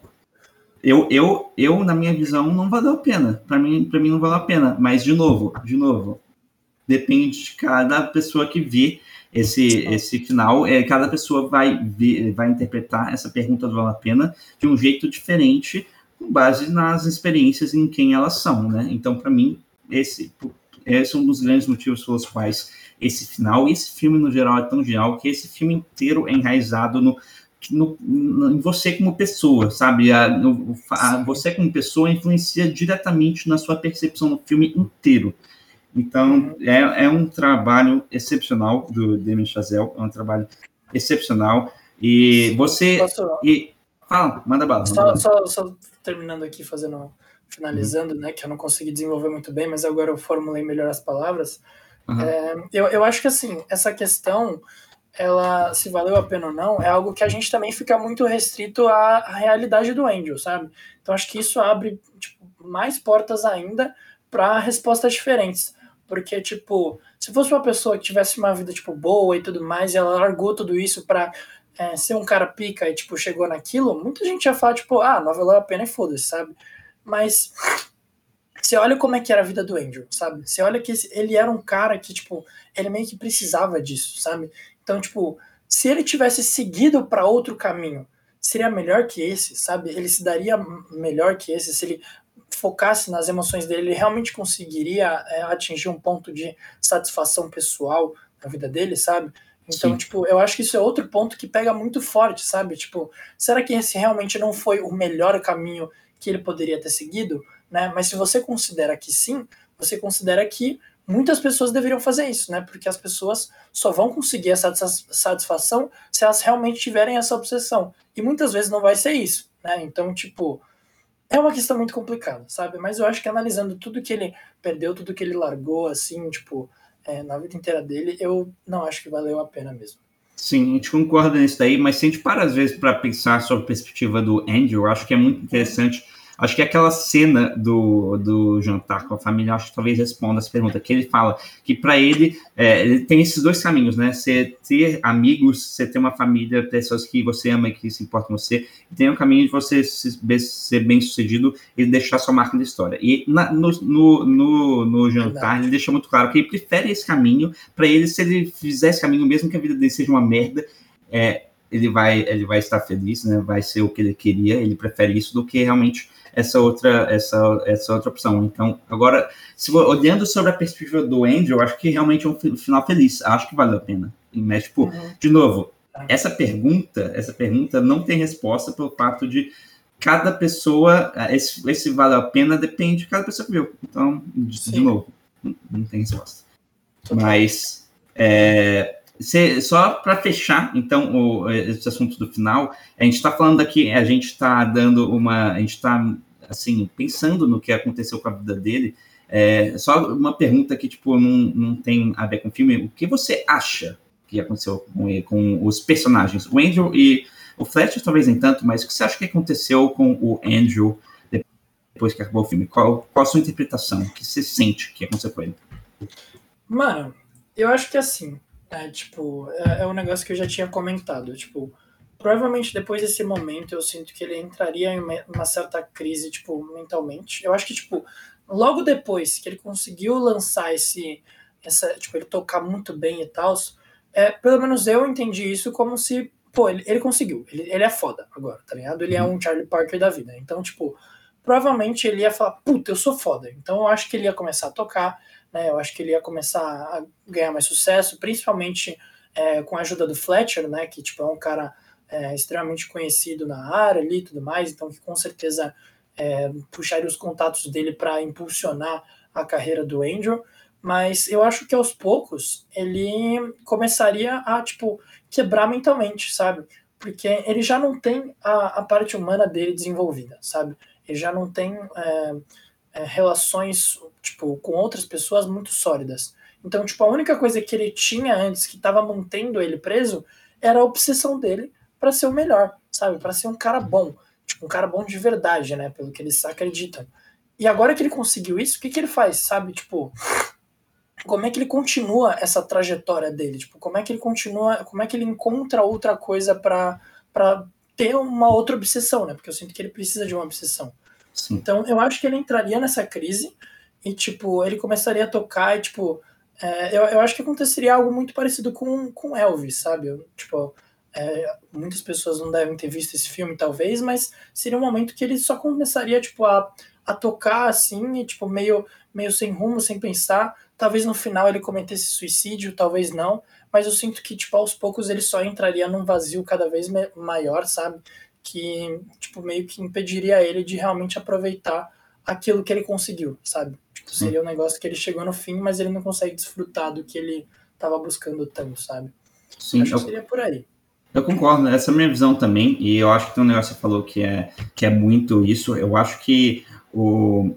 eu, eu, eu, na minha visão, não valeu a pena. Para mim, para mim não valeu a pena. Mas, de novo, de novo, depende de cada pessoa que vê esse, esse final. É, cada pessoa vai, ver, vai interpretar essa pergunta do valeu a pena de um jeito diferente, com base nas experiências em quem elas são, né? Então, para mim, esse, esse é um dos grandes motivos pelos quais esse final e esse filme, no geral, é tão genial que esse filme inteiro é enraizado no, no, no, em você como pessoa, sabe? A, no, a, você como pessoa influencia diretamente na sua percepção do filme inteiro. Então, é, é um trabalho excepcional do Damien Chazelle, é um trabalho excepcional. E você... Posso... E, fala, manda bala. Manda só, bala. Só, só terminando aqui, fazendo, finalizando, uhum. né, que eu não consegui desenvolver muito bem, mas agora eu formulei melhor as palavras. Uhum. É, eu, eu acho que, assim, essa questão, ela, se valeu a pena ou não, é algo que a gente também fica muito restrito à, à realidade do Angel, sabe? Então, acho que isso abre, tipo, mais portas ainda para respostas diferentes. Porque, tipo, se fosse uma pessoa que tivesse uma vida, tipo, boa e tudo mais, e ela largou tudo isso pra é, ser um cara pica e, tipo, chegou naquilo, muita gente ia falar, tipo, ah, não valeu a pena e foda-se, sabe? Mas... Você olha como é que era a vida do Angel, sabe? Você olha que ele era um cara que, tipo, ele meio que precisava disso, sabe? Então, tipo, se ele tivesse seguido para outro caminho, seria melhor que esse, sabe? Ele se daria melhor que esse. Se ele focasse nas emoções dele, ele realmente conseguiria é, atingir um ponto de satisfação pessoal na vida dele, sabe? Então, Sim. tipo, eu acho que isso é outro ponto que pega muito forte, sabe? Tipo, será que esse realmente não foi o melhor caminho que ele poderia ter seguido? Né? Mas se você considera que sim, você considera que muitas pessoas deveriam fazer isso, né? Porque as pessoas só vão conseguir essa satisfação se elas realmente tiverem essa obsessão. E muitas vezes não vai ser isso, né? Então, tipo, é uma questão muito complicada, sabe? Mas eu acho que analisando tudo que ele perdeu, tudo que ele largou, assim, tipo, é, na vida inteira dele, eu não acho que valeu a pena mesmo. Sim, a gente concorda nisso daí, mas se a gente para às vezes para pensar sobre a perspectiva do Andrew, eu acho que é muito interessante acho que aquela cena do, do jantar com a família, acho que talvez responda essa pergunta, que ele fala que para ele, é, ele tem esses dois caminhos, né? Você ter amigos, você ter uma família, pessoas que você ama e que se importam com você, e tem o caminho de você ser bem-sucedido e deixar sua marca na história. E na, no, no, no, no jantar, ele deixa muito claro que ele prefere esse caminho. Para ele, se ele fizer esse caminho, mesmo que a vida dele seja uma merda, é, ele, vai, ele vai estar feliz, né? Vai ser o que ele queria, ele prefere isso do que realmente essa outra, essa, essa outra opção. Então, agora, se olhando sobre a perspectiva do Andrew, eu acho que realmente é um final feliz, acho que vale a pena. Mas, tipo, uhum. de novo, essa pergunta, essa pergunta não tem resposta pelo fato de cada pessoa, esse, esse vale a pena depende de cada pessoa que viu. Então, de, de novo, não, não tem resposta. Mas, é, se, só para fechar, então, o, esse assunto do final, a gente está falando aqui, a gente está dando uma, a gente está, assim, pensando no que aconteceu com a vida dele. É, só uma pergunta que, tipo, não, não tem a ver com o filme. O que você acha que aconteceu com, com os personagens? O Andrew e o Fletcher, talvez nem tanto, mas o que você acha que aconteceu com o Andrew depois que acabou o filme? Qual, qual a sua interpretação? O que você sente que aconteceu com ele? Mano, eu acho que assim, é, tipo, é, é um negócio que eu já tinha comentado, tipo, provavelmente depois desse momento eu sinto que ele entraria em uma, uma certa crise, tipo, mentalmente. Eu acho que, tipo, logo depois que ele conseguiu lançar esse, essa, tipo, ele tocar muito bem e tal, é, pelo menos eu entendi isso como se, pô, ele, ele conseguiu, ele, ele é foda agora, tá ligado? Ele é um Charlie Parker da vida, então, tipo, provavelmente ele ia falar, puta, eu sou foda. Então eu acho que ele ia começar a tocar, né? Eu acho que ele ia começar a ganhar mais sucesso, principalmente é, com a ajuda do Fletcher, né? Que tipo, é um cara é, extremamente conhecido na área ali e tudo mais, então que com certeza é, puxaria os contatos dele para impulsionar a carreira do Andrew. Mas eu acho que aos poucos ele começaria a tipo quebrar mentalmente, sabe? Porque ele já não tem a, a parte humana dele desenvolvida, sabe? Ele já não tem é, é, relações tipo, com outras pessoas muito sólidas. Então, tipo, a única coisa que ele tinha antes, que estava mantendo ele preso, era a obsessão dele para ser o melhor, sabe? Para ser um cara bom. Tipo, um cara bom de verdade, né? Pelo que eles acreditam. E agora que ele conseguiu isso, o que, que ele faz, sabe? Tipo, como é que ele continua essa trajetória dele? Tipo, como é que ele continua, como é que ele encontra outra coisa para para ter uma outra obsessão, né? Porque eu sinto que ele precisa de uma obsessão. Sim. Então, eu acho que ele entraria nessa crise e, tipo, ele começaria a tocar e, tipo, é, eu, eu acho que aconteceria algo muito parecido com, com Elvis, sabe? Eu, tipo, é, muitas pessoas não devem ter visto esse filme, talvez, mas seria um momento que ele só começaria, tipo, a, a tocar, assim, e, tipo, meio, meio sem rumo, sem pensar. Talvez no final ele cometesse suicídio, talvez não, mas eu sinto que, tipo, aos poucos ele só entraria num vazio cada vez maior, sabe? Que, tipo, meio que impediria ele de realmente aproveitar aquilo que ele conseguiu, sabe? Tipo, seria um negócio que ele chegou no fim, mas ele não consegue desfrutar do que ele estava buscando tanto, sabe? Sim, acho eu, que seria por aí. Eu concordo, essa é a minha visão também, e eu acho que tem um negócio que você falou que é, que é muito isso. Eu acho que o,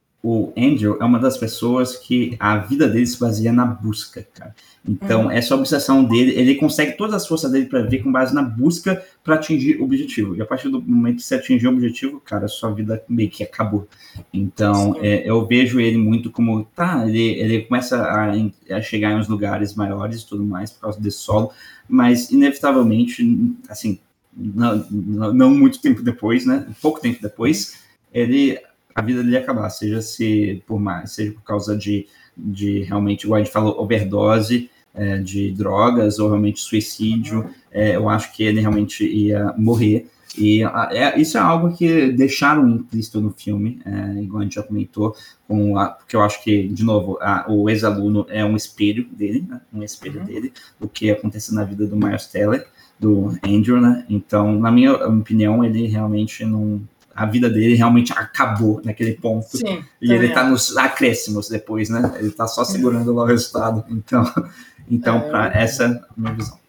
o Andrew é uma das pessoas que a vida dele se baseia na busca, cara. Então, uhum. essa obsessão dele, ele consegue todas as forças dele para ver com base na busca para atingir o objetivo. E a partir do momento que você atingir o objetivo, cara, a sua vida meio que acabou. Então, é, eu vejo ele muito como, tá, ele, ele começa a, a chegar em uns lugares maiores e tudo mais por causa desse solo, mas, inevitavelmente, assim, não, não, não muito tempo depois, né, pouco tempo depois, ele... a vida dele acabar, seja se por mais, seja por causa de, de realmente, igual a gente falou, overdose é, de drogas ou realmente suicídio, uhum. é, eu acho que ele realmente ia morrer. E é, isso é algo que deixaram implícito no filme, é, igual a gente já comentou, com a, porque eu acho que, de novo, a, o ex-aluno é um espelho dele, né, um espelho uhum. dele, do que aconteceu na vida do Miles Teller, do Andrew, né? Então, na minha opinião, ele realmente não... a vida dele realmente acabou naquele ponto. Sim, e ele está nos acréscimos depois, né? Ele está só segurando lá o resultado. Então, então é, pra, essa é a minha visão.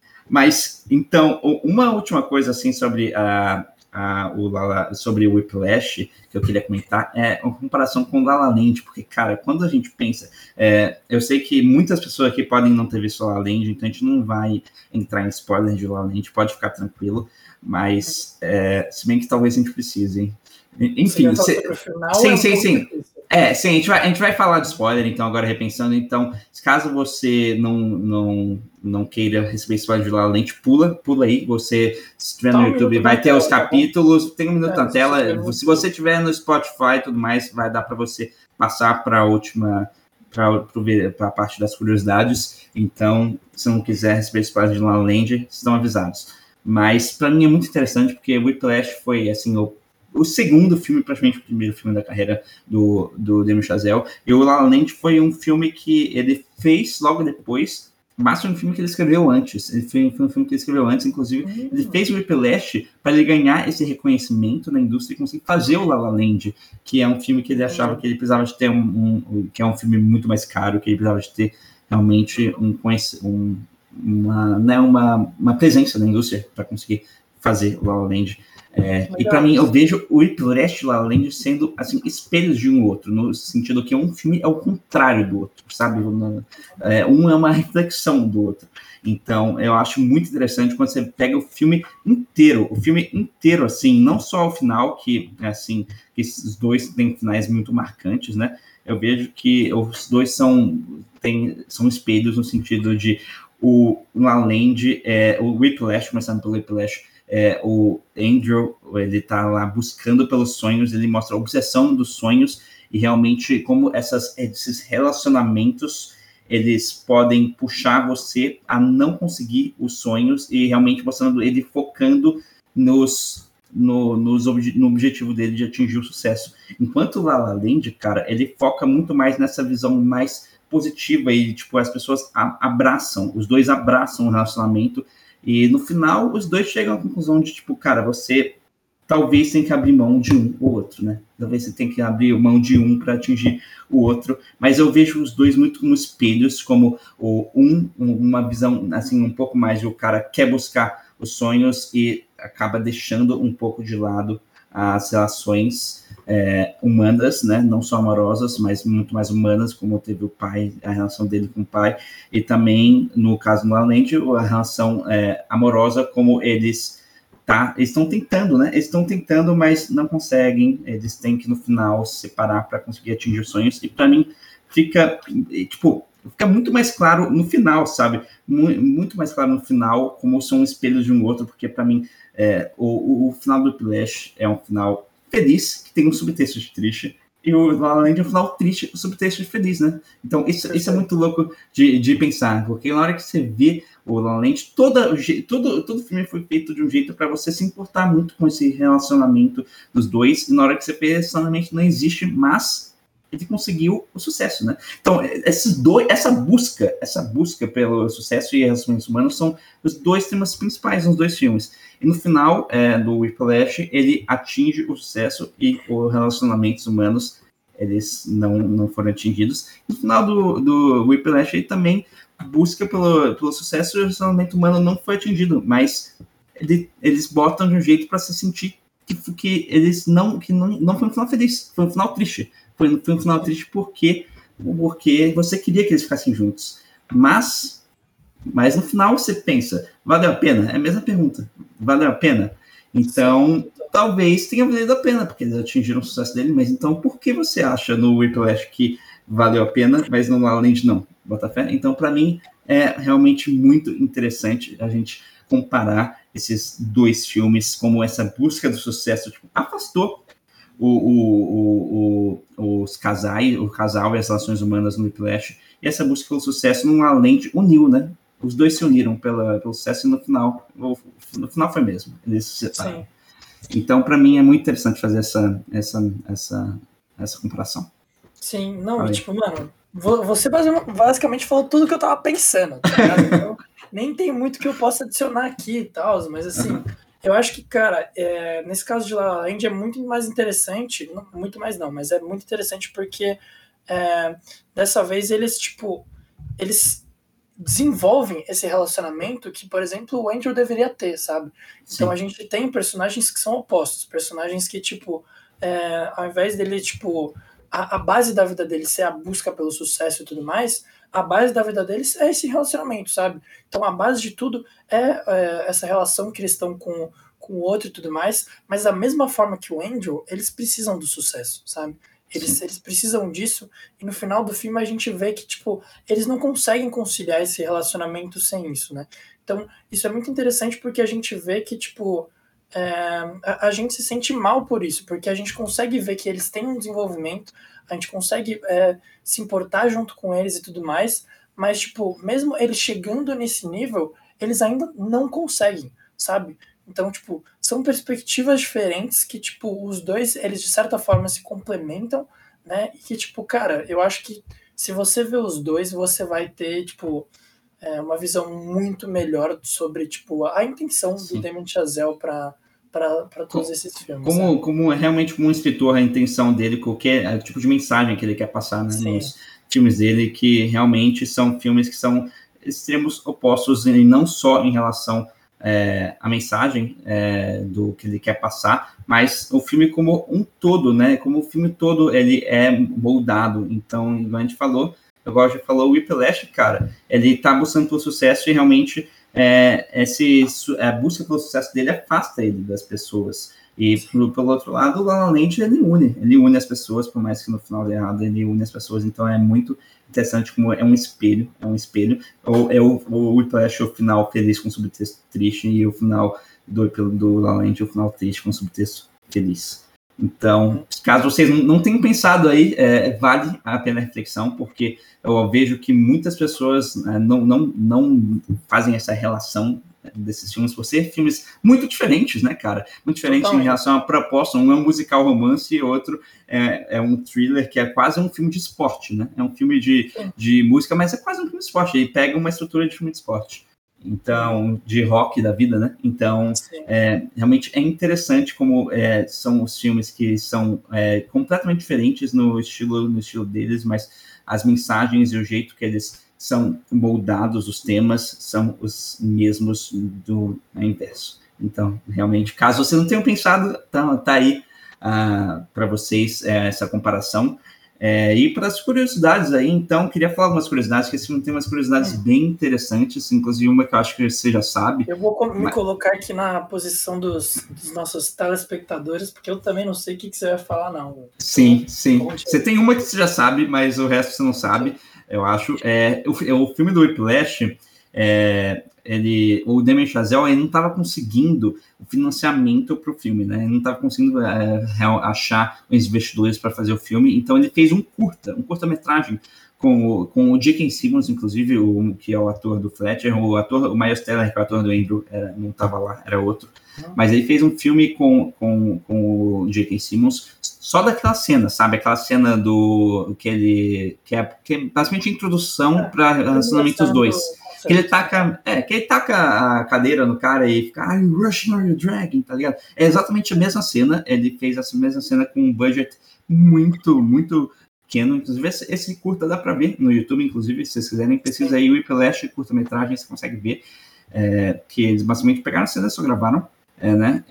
Mas, então, uma última coisa, assim, sobre, a, a, o, Lala, sobre o Whiplash, que eu queria comentar, é uma comparação com o La La Land, porque, cara, quando a gente pensa... É, eu sei que muitas pessoas aqui podem não ter visto La La Land, então a gente não vai entrar em spoiler de La La Land, pode ficar tranquilo, mas, é, se bem que talvez a gente precise, hein? Enfim, cê, final, sim, é um sim, sim. Difícil. É, sim, a gente, vai, a gente vai falar de spoiler, então, agora repensando. Então, caso você não, não, não queira receber spoiler de La La Land, pula, pula aí. Você, se estiver no um YouTube, vai ter tela, os capítulos, tá tem um minuto é, na tela. Se você estiver no Spotify e tudo mais, vai dar para você passar para a última, para a parte das curiosidades. Então, se não quiser receber spoiler de La La Land, estão avisados. Mas, para mim, é muito interessante, porque Whiplash foi, assim, o o segundo filme, praticamente o primeiro filme da carreira do, do Damien Chazelle, e o La La Land foi um filme que ele fez logo depois, mas foi um filme que ele escreveu antes, ele foi, foi um filme que ele escreveu antes, inclusive, uhum. Ele fez o Whiplash para ele ganhar esse reconhecimento na indústria e conseguir fazer o La La Land, que é um filme que ele achava uhum. que ele precisava de ter um, um, que é um filme muito mais caro, que ele precisava de ter realmente um, um, uma, né, uma, uma presença na indústria para conseguir fazer o La La Land. É, e para mim, eu vejo o Whiplash e La La Land sendo assim, espelhos de um outro, no sentido que um filme é o contrário do outro, sabe? É, um é uma reflexão do outro. Então, eu acho muito interessante quando você pega o filme inteiro, o filme inteiro, assim, não só o final, que, assim, que esses dois têm finais muito marcantes, né? Eu vejo que os dois são, tem, são espelhos no sentido de o La La Land, é, o Whiplash, começando pelo Whiplash, É, o Andrew, ele tá lá buscando pelos sonhos, ele mostra a obsessão dos sonhos e realmente como essas, esses relacionamentos, eles podem puxar você a não conseguir os sonhos e realmente mostrando ele focando nos, no, nos obje, no objetivo dele de atingir o sucesso. Enquanto o La La Land, cara, ele foca muito mais nessa visão mais positiva e, tipo, as pessoas a, abraçam, os dois abraçam o relacionamento. E no final, os dois chegam à conclusão de, tipo, cara, você talvez tem que abrir mão de um ou outro, né? Talvez você tenha que abrir mão de um para atingir o outro. Mas eu vejo os dois muito como espelhos, como o, um, uma visão, assim, um pouco mais de o cara quer buscar os sonhos e acaba deixando um pouco de lado as relações é, humanas, né, não só amorosas, mas muito mais humanas, como teve o pai, a relação dele com o pai, e também, no caso do La La Land, a relação é, amorosa, como eles tá, eles estão tentando, né, eles estão tentando, mas não conseguem, eles têm que, no final, se separar para conseguir atingir os sonhos, e para mim, fica, tipo, fica muito mais claro no final, sabe, muito mais claro no final, como são espelhos de um outro, porque para mim, É, o, o final do Whiplash é um final feliz, que tem um subtexto de triste, e o La La Land é um final triste, um subtexto de feliz, né? Então, isso, isso é muito louco de, de pensar, porque na hora que você vê o La La Land, toda, todo, todo filme foi feito de um jeito para você se importar muito com esse relacionamento dos dois, e na hora que você vê, esse relacionamento não existe, mas ele conseguiu o sucesso, né? Então, esses dois, essa busca, essa busca pelo sucesso e relacionamentos humanos são os dois temas principais nos dois filmes. E no final é, do Whiplash, ele atinge o sucesso e os relacionamentos humanos, eles não, não foram atingidos. No final do, do Whiplash, ele também busca pelo, pelo sucesso e o relacionamento humano não foi atingido, mas ele, eles botam de um jeito para se sentir que, que eles não, que não, não foi um final feliz, foi um final triste. Foi, foi um final triste porque, porque você queria que eles ficassem juntos. Mas, mas no final você pensa, valeu a pena? É a mesma pergunta. Valeu a pena? Então, talvez tenha valido a pena, porque eles atingiram o sucesso dele, mas então por que você acha no Whiplash que valeu a pena, mas no La La Land não? Bota fé? Então, para mim, é realmente muito interessante a gente comparar esses dois filmes, como essa busca do sucesso tipo, afastou O, o, o, os casais, o casal e as relações humanas no Whiplash, e essa busca pelo sucesso no La La Land uniu, né? Os dois se uniram pela, pelo sucesso e no final, no final foi mesmo, eles se separaram. Sim. Então, para mim, é muito interessante fazer essa, essa, essa, essa comparação. Sim, não, e, tipo, mano, você basicamente falou tudo que eu tava pensando, tá ligado? Então, nem tem muito que eu possa adicionar aqui e tal, mas assim... Uhum. Eu acho que, cara, é, nesse caso de La La Land é muito mais interessante, não, muito mais não, mas é muito interessante porque é, dessa vez eles, tipo, eles desenvolvem esse relacionamento que, por exemplo, o Andrew deveria ter, sabe? Então Sim. a gente tem personagens que são opostos, personagens que, tipo, é, ao invés dele, tipo, a, a base da vida dele ser a busca pelo sucesso e tudo mais, a base da vida deles é esse relacionamento, sabe? Então a base de tudo é, é essa relação que eles estão com, com o outro e tudo mais, mas da mesma forma que o Andrew, eles precisam do sucesso, sabe? Eles, eles precisam disso, e no final do filme a gente vê que, tipo, eles não conseguem conciliar esse relacionamento sem isso, né? Então, isso é muito interessante porque a gente vê que, tipo, é, a, a gente se sente mal por isso, porque a gente consegue ver que eles têm um desenvolvimento, a gente consegue é, se importar junto com eles e tudo mais, mas, tipo, mesmo eles chegando nesse nível, eles ainda não conseguem, sabe? Então, tipo, são perspectivas diferentes que, tipo, os dois, eles de certa forma se complementam, né? E que, tipo, cara, eu acho que se você vê os dois, você vai ter, tipo, é, uma visão muito melhor sobre, tipo, a intenção Sim. do Damien Chazelle para para todos esses filmes. Como, sabe? como realmente como um escritor, a intenção dele, qualquer tipo de mensagem que ele quer passar, né, nos filmes dele, que realmente são filmes que são extremos opostos, e não só em relação é, à mensagem é, do que ele quer passar, mas o filme como um todo, né? Como o filme todo ele é moldado. Então, como a gente falou, eu gosto de falar o Whiplash, cara, ele tá buscando pelo sucesso e realmente é, esse, a busca pelo sucesso dele afasta ele das pessoas. E pro, pelo outro lado, o La La Land ele une, ele une as pessoas, por mais que no final dê errado, ele une as pessoas. Então é muito interessante como é um espelho, é um espelho. Ou é o, o Whiplash, o final feliz com subtexto triste, e o final do, do La La Land, o final triste com subtexto feliz. Então, caso vocês não tenham pensado aí, é, vale a pena a reflexão, porque eu vejo que muitas pessoas é, não, não, não fazem essa relação desses filmes, por ser filmes muito diferentes, né, cara? Muito diferentes Totalmente. Em relação à proposta. Um é um musical romance e outro é, é um thriller que é quase um filme de esporte, né? É um filme de, de música, mas é quase um filme de esporte. Ele pega uma estrutura de filme de esporte. Então, de rock da vida, né? Então, é, realmente é interessante como é, são os filmes que são é, completamente diferentes no estilo, no estilo deles, mas as mensagens e o jeito que eles são moldados, os temas são os mesmos do inverso. Então, realmente, caso você não tenha pensado, tá, tá aí uh, para vocês é, essa comparação. É, e para as curiosidades aí, então, queria falar algumas curiosidades, que esse filme tem umas curiosidades hum. bem interessantes, inclusive uma que eu acho que você já sabe. Eu vou me mas... colocar aqui na posição dos, dos nossos telespectadores, porque eu também não sei o que, que você vai falar, não. Sim, sim. Você tem uma que você já sabe, mas o resto você não sabe, eu acho. É, o, o filme do Whiplash, é, ele, o Damien Chazelle ele não estava conseguindo o financiamento para o filme, né? Ele não estava conseguindo é, achar os investidores para fazer o filme, então ele fez um curta, um curta-metragem com o, com o J K. Simmons, inclusive, o, que é o ator do Fletcher, o ator, o Miles Teller, que é o ator do Andrew, era, não estava lá, era outro. Não. Mas ele fez um filme com, com, com o J K. Simmons, só daquela cena, sabe? Aquela cena do que ele que é, que é basicamente a introdução é, para relacionamento dos dois. Que ele taca, é, que ele taca a cadeira no cara e fica, are you rushing or you dragging, tá ligado? É exatamente a mesma cena, ele fez essa mesma cena com um budget muito, muito pequeno, inclusive esse, esse curta dá pra ver no YouTube, inclusive, se vocês quiserem, pesquisa aí o Whiplash, curta-metragem, você consegue ver, é, que eles basicamente pegaram a cena e só gravaram, é, né,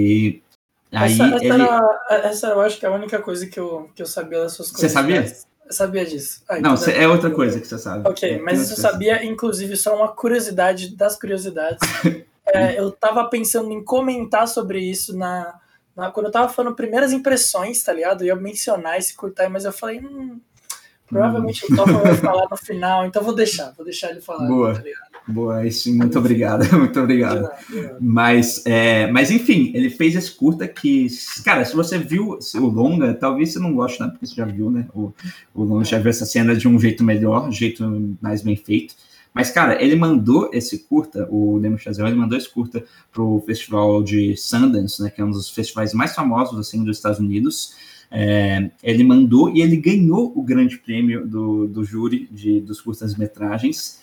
e aí essa, essa, ele... era, essa eu acho que é a única coisa que eu, que eu sabia das suas coisas. Você sabia? Eu sabia disso. Ah, não, é outra coisa que você sabe. Ok, é, mas isso eu sabia, inclusive, só uma curiosidade das curiosidades. é, eu tava pensando em comentar sobre isso na, na, quando eu tava falando primeiras impressões, tá ligado? Eu ia mencionar esse curta, mas eu falei, hum, provavelmente hum. o Tofa vai falar no final, então vou deixar, vou deixar ele falar. Boa. Tá ligado? Boa, isso, muito obrigado, muito obrigado. É, é. Mas, é, mas, enfim, ele fez esse curta que, cara, se você viu o longa, talvez você não goste, né? Porque você já viu, né? O, o longa já viu essa cena de um jeito melhor, um jeito mais bem feito. Mas, cara, ele mandou esse curta, o Damien Chazelle, ele mandou esse curta pro festival de Sundance, né? Que é um dos festivais mais famosos, assim, dos Estados Unidos. É, ele mandou e ele ganhou o grande prêmio do, do júri de, dos curtas-metragens.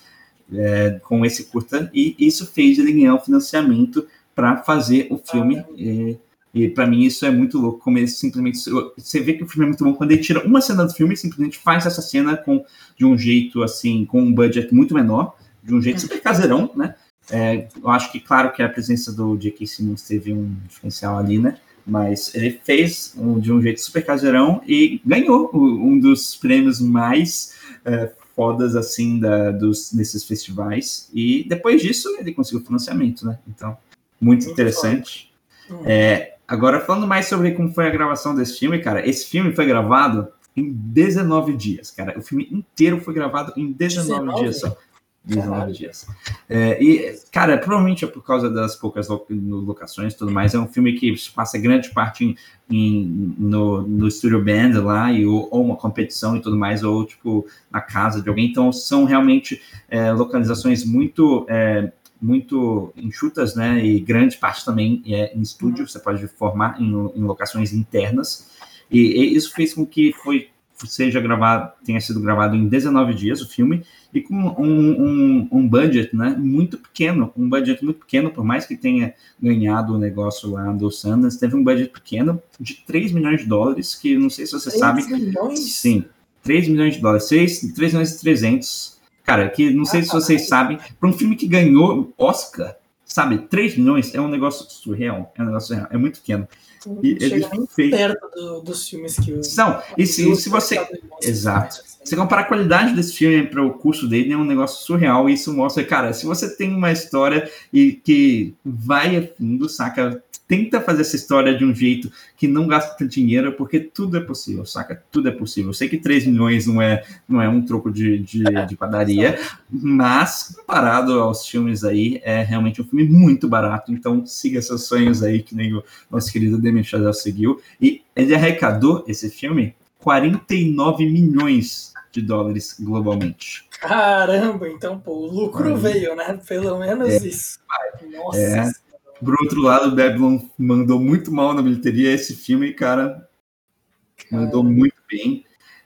É, com esse curta, e isso fez ele ganhar o financiamento para fazer o filme, e, e para mim isso é muito louco, como ele simplesmente, você vê que o filme é muito bom, quando ele tira uma cena do filme, ele simplesmente faz essa cena com, de um jeito, assim, com um budget muito menor, de um jeito super caseirão, né, é, eu acho que, claro, que a presença do J K. Simmons teve um diferencial ali, né, mas ele fez um, de um jeito super caseirão e ganhou um dos prêmios mais é, fodas, assim, da, dos, desses festivais, e depois disso ele conseguiu financiamento, né, então, muito, muito interessante, Hum. É, agora, falando mais sobre como foi a gravação desse filme, cara, esse filme foi gravado em dezenove dias, cara. O filme inteiro foi gravado em dezenove, dezenove? Dias só. dezenove Caralho. Dias. É, e, cara, provavelmente é por causa das poucas locações e tudo mais. É um filme que passa grande parte em, em, no, no Studio Band lá, e, ou, ou uma competição e tudo mais, ou tipo na casa de alguém. Então, são realmente é, localizações muito. É, muito enxutas, né, e grande parte também é em estúdio, você pode formar em, em locações internas, e, e isso fez com que foi, seja gravado, tenha sido gravado em dezenove dias o filme, e com um, um, um budget, né, muito pequeno, um budget muito pequeno, por mais que tenha ganhado o negócio lá do Sundance, teve um budget pequeno de três milhões de dólares, que não sei se você sabe... três milhões? Sim, três milhões de dólares, três milhões e trezentos. Cara, que não sei ah, se vocês ah, sabem, para um filme que ganhou Oscar, sabe, três milhões é um negócio surreal, é um negócio surreal, é muito pequeno. Não e chega ele nem fez... perto do, dos filmes que... São, e se, se você... Exato. Se comparar a qualidade desse filme para o custo dele, é um negócio surreal, e isso mostra, cara, se você tem uma história e que vai a fundo, saca, tenta fazer essa história de um jeito que não gasta dinheiro, porque tudo é possível, saca? Tudo é possível. Eu sei que três milhões não é, não é um troco de, de, de padaria, mas comparado aos filmes aí, é realmente um filme muito barato. Então, siga seus sonhos aí, que nem o nosso querido Damien Chazelle seguiu. E ele arrecadou, esse filme, quarenta e nove milhões de dólares globalmente. Caramba, então, pô, o lucro é. veio, né? Pelo menos é. isso. Nossa. É. Por outro lado, o Babylon mandou muito mal na bilheteria. Esse filme, cara, mandou Caramba. muito bem.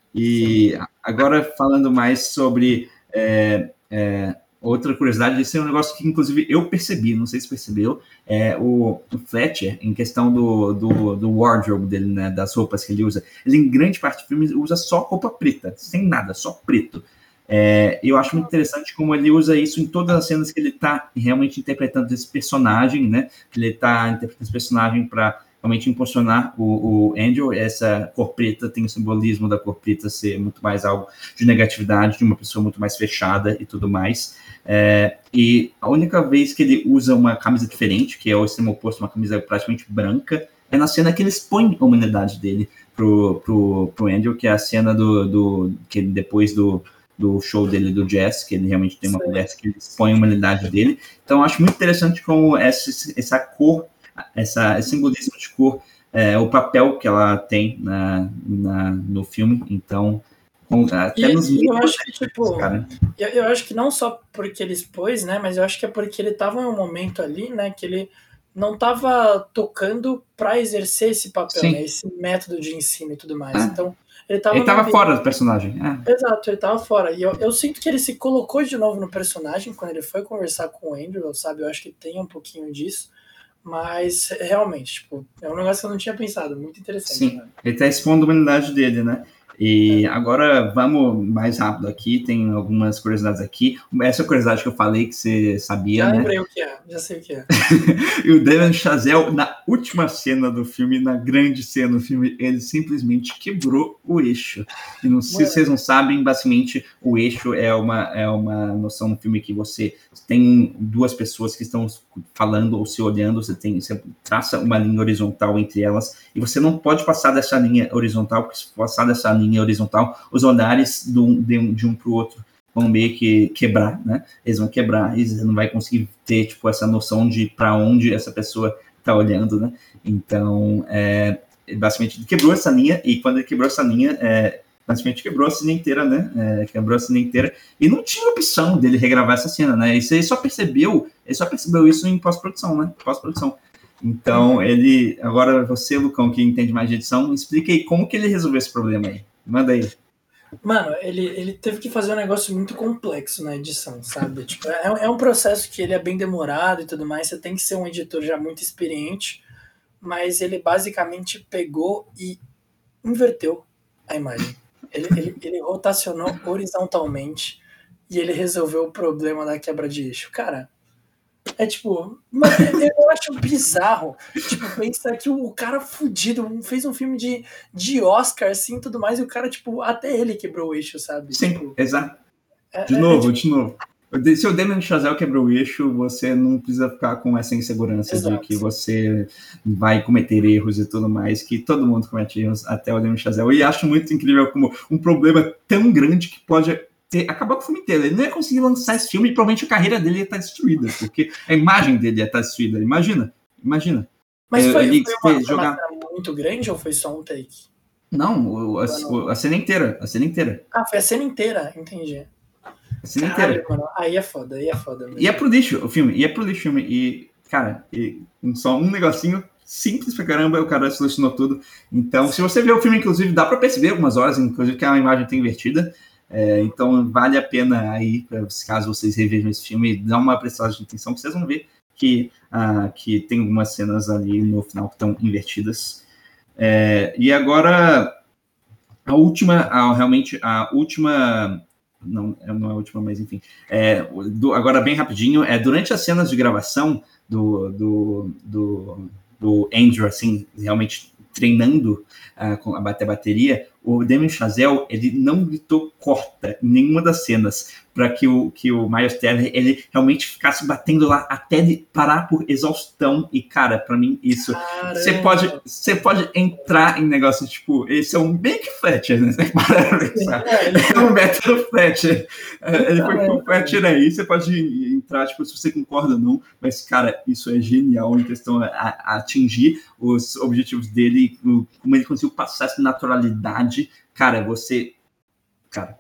E Sim. agora, falando mais sobre é, é, outra curiosidade, esse é um negócio que, inclusive, eu percebi, não sei se percebeu, é, o, o Fletcher, em questão do, do, do wardrobe dele, né, das roupas que ele usa, ele, em grande parte do filme, usa só roupa preta, sem nada, só preto. É, eu acho muito interessante como ele usa isso em todas as cenas que ele está realmente interpretando esse personagem, né? Ele está interpretando esse personagem para realmente impulsionar o, o Angel. Essa cor preta tem o simbolismo da cor preta ser muito mais algo de negatividade, de uma pessoa muito mais fechada e tudo mais. É, e a única vez que ele usa uma camisa diferente, que é o extremo oposto, uma camisa praticamente branca, é na cena que ele expõe a humanidade dele pro, pro, pro Angel, que é a cena do, do que depois do do show dele do jazz, que ele realmente tem uma Sim. conversa que ele expõe a humanidade dele. Então, eu acho muito interessante como essa, essa cor, essa, esse simbolismo de cor, é, o papel que ela tem na, na, no filme. Então, com, até e, nos e eu acho que, tipo, cara. Eu, eu acho que não só porque ele expôs, né, mas eu acho que é porque ele estava em um momento ali, né, que ele não estava tocando para exercer esse papel, né, esse método de ensino e tudo mais. Ah. Então, Ele estava ele tava fora do personagem. É. Exato, ele estava fora. E eu, eu sinto que ele se colocou de novo no personagem quando ele foi conversar com o Andrew, sabe? Eu acho que tem um pouquinho disso. Mas, realmente, tipo, é um negócio que eu não tinha pensado. Muito interessante. Sim, né? Ele está expondo a humanidade dele, né? E é. agora vamos mais rápido aqui, tem algumas curiosidades aqui. Essa curiosidade que eu falei que você sabia, já né? Já lembrei o que é, já sei o que é. E o Damien Chazelle, na última cena do filme, na grande cena do filme, ele simplesmente quebrou o eixo. E não sei se vocês não sabem, basicamente, o eixo é uma, é uma noção no filme que você tem duas pessoas que estão falando ou se olhando, você, tem, você traça uma linha horizontal entre elas, e você não pode passar dessa linha horizontal, porque se passar dessa linha horizontal, os olhares de um, de um, de um para o outro vão meio que quebrar, né? Eles vão quebrar, e você não vai conseguir ter, tipo, essa noção de para onde essa pessoa está olhando, né? Então, é, basicamente, ele quebrou essa linha, e quando ele quebrou essa linha, é, basicamente quebrou a cena inteira, né? É, quebrou a cena inteira, e não tinha opção dele regravar essa cena, né? E ele só percebeu, ele só percebeu isso em pós-produção, né? Pós-produção. Então, ele... Agora, você, Lucão, que entende mais de edição, explica aí como que ele resolveu esse problema aí. Manda aí. Mano, ele, ele teve que fazer um negócio muito complexo na edição, sabe? Tipo, é, é um processo que ele é bem demorado e tudo mais, você tem que ser um editor já muito experiente, mas ele basicamente pegou e inverteu a imagem. Ele, ele, ele rotacionou horizontalmente e ele resolveu o problema da quebra de eixo. Cara, é tipo... Mano, eu acho bizarro. Tipo, pensa que o cara fudido fez um filme de, de Oscar, assim, tudo mais, e o cara, tipo, até ele quebrou o eixo, sabe? Sim, tipo, exato. De é, novo, é, tipo, de novo. Se o Damien Chazelle quebrou o eixo, você não precisa ficar com essa insegurança Exato. de que você vai cometer erros e tudo mais, que todo mundo comete erros, até o Damien Chazelle. E acho muito incrível como um problema tão grande que pode ter, acabar com o filme inteiro. Ele não ia conseguir lançar esse filme e provavelmente a carreira dele ia estar destruída, porque a imagem dele ia estar destruída. Imagina, imagina. Mas foi, ele foi uma, jogar... uma muito grande ou foi só um take? Não, a, a, a cena inteira, a cena inteira. Ah, foi a cena inteira, entendi. A cena Caralho, inteira. Mano, aí é foda, aí é foda. Mesmo. E é pro lixo o filme, e é pro lixo o filme. E, cara, e, só um negocinho simples pra caramba, o cara solucionou tudo. Então, se você ver o filme, inclusive, dá pra perceber algumas horas, inclusive, que a imagem tá invertida. É, então, vale a pena aí, caso vocês revejam esse filme, dá uma prestada de atenção, que vocês vão ver que, ah, que tem algumas cenas ali no final que estão invertidas. É, e agora, a última, a, realmente, a última... Não, não é a última, mas enfim. É, do, agora, bem rapidinho, é, durante as cenas de gravação do, do, do, do Andrew, assim, realmente treinando uh, com a bater bateria, o Damien Chazelle, ele não gritou corta em nenhuma das cenas para que o, que o Miles Teller, ele realmente ficasse batendo lá até ele parar por exaustão. E, cara, para mim, isso... Você pode, você pode entrar em negócio, tipo, esse é um bem que Fletcher, né? Você para pensar. É um método Fletcher. Ele foi com o Fletcher aí, você pode entrar, tipo, se você concorda ou não, mas, cara, isso é genial em questão a, a atingir os objetivos dele, o, como ele conseguiu passar essa naturalidade. Cara, você... Cara...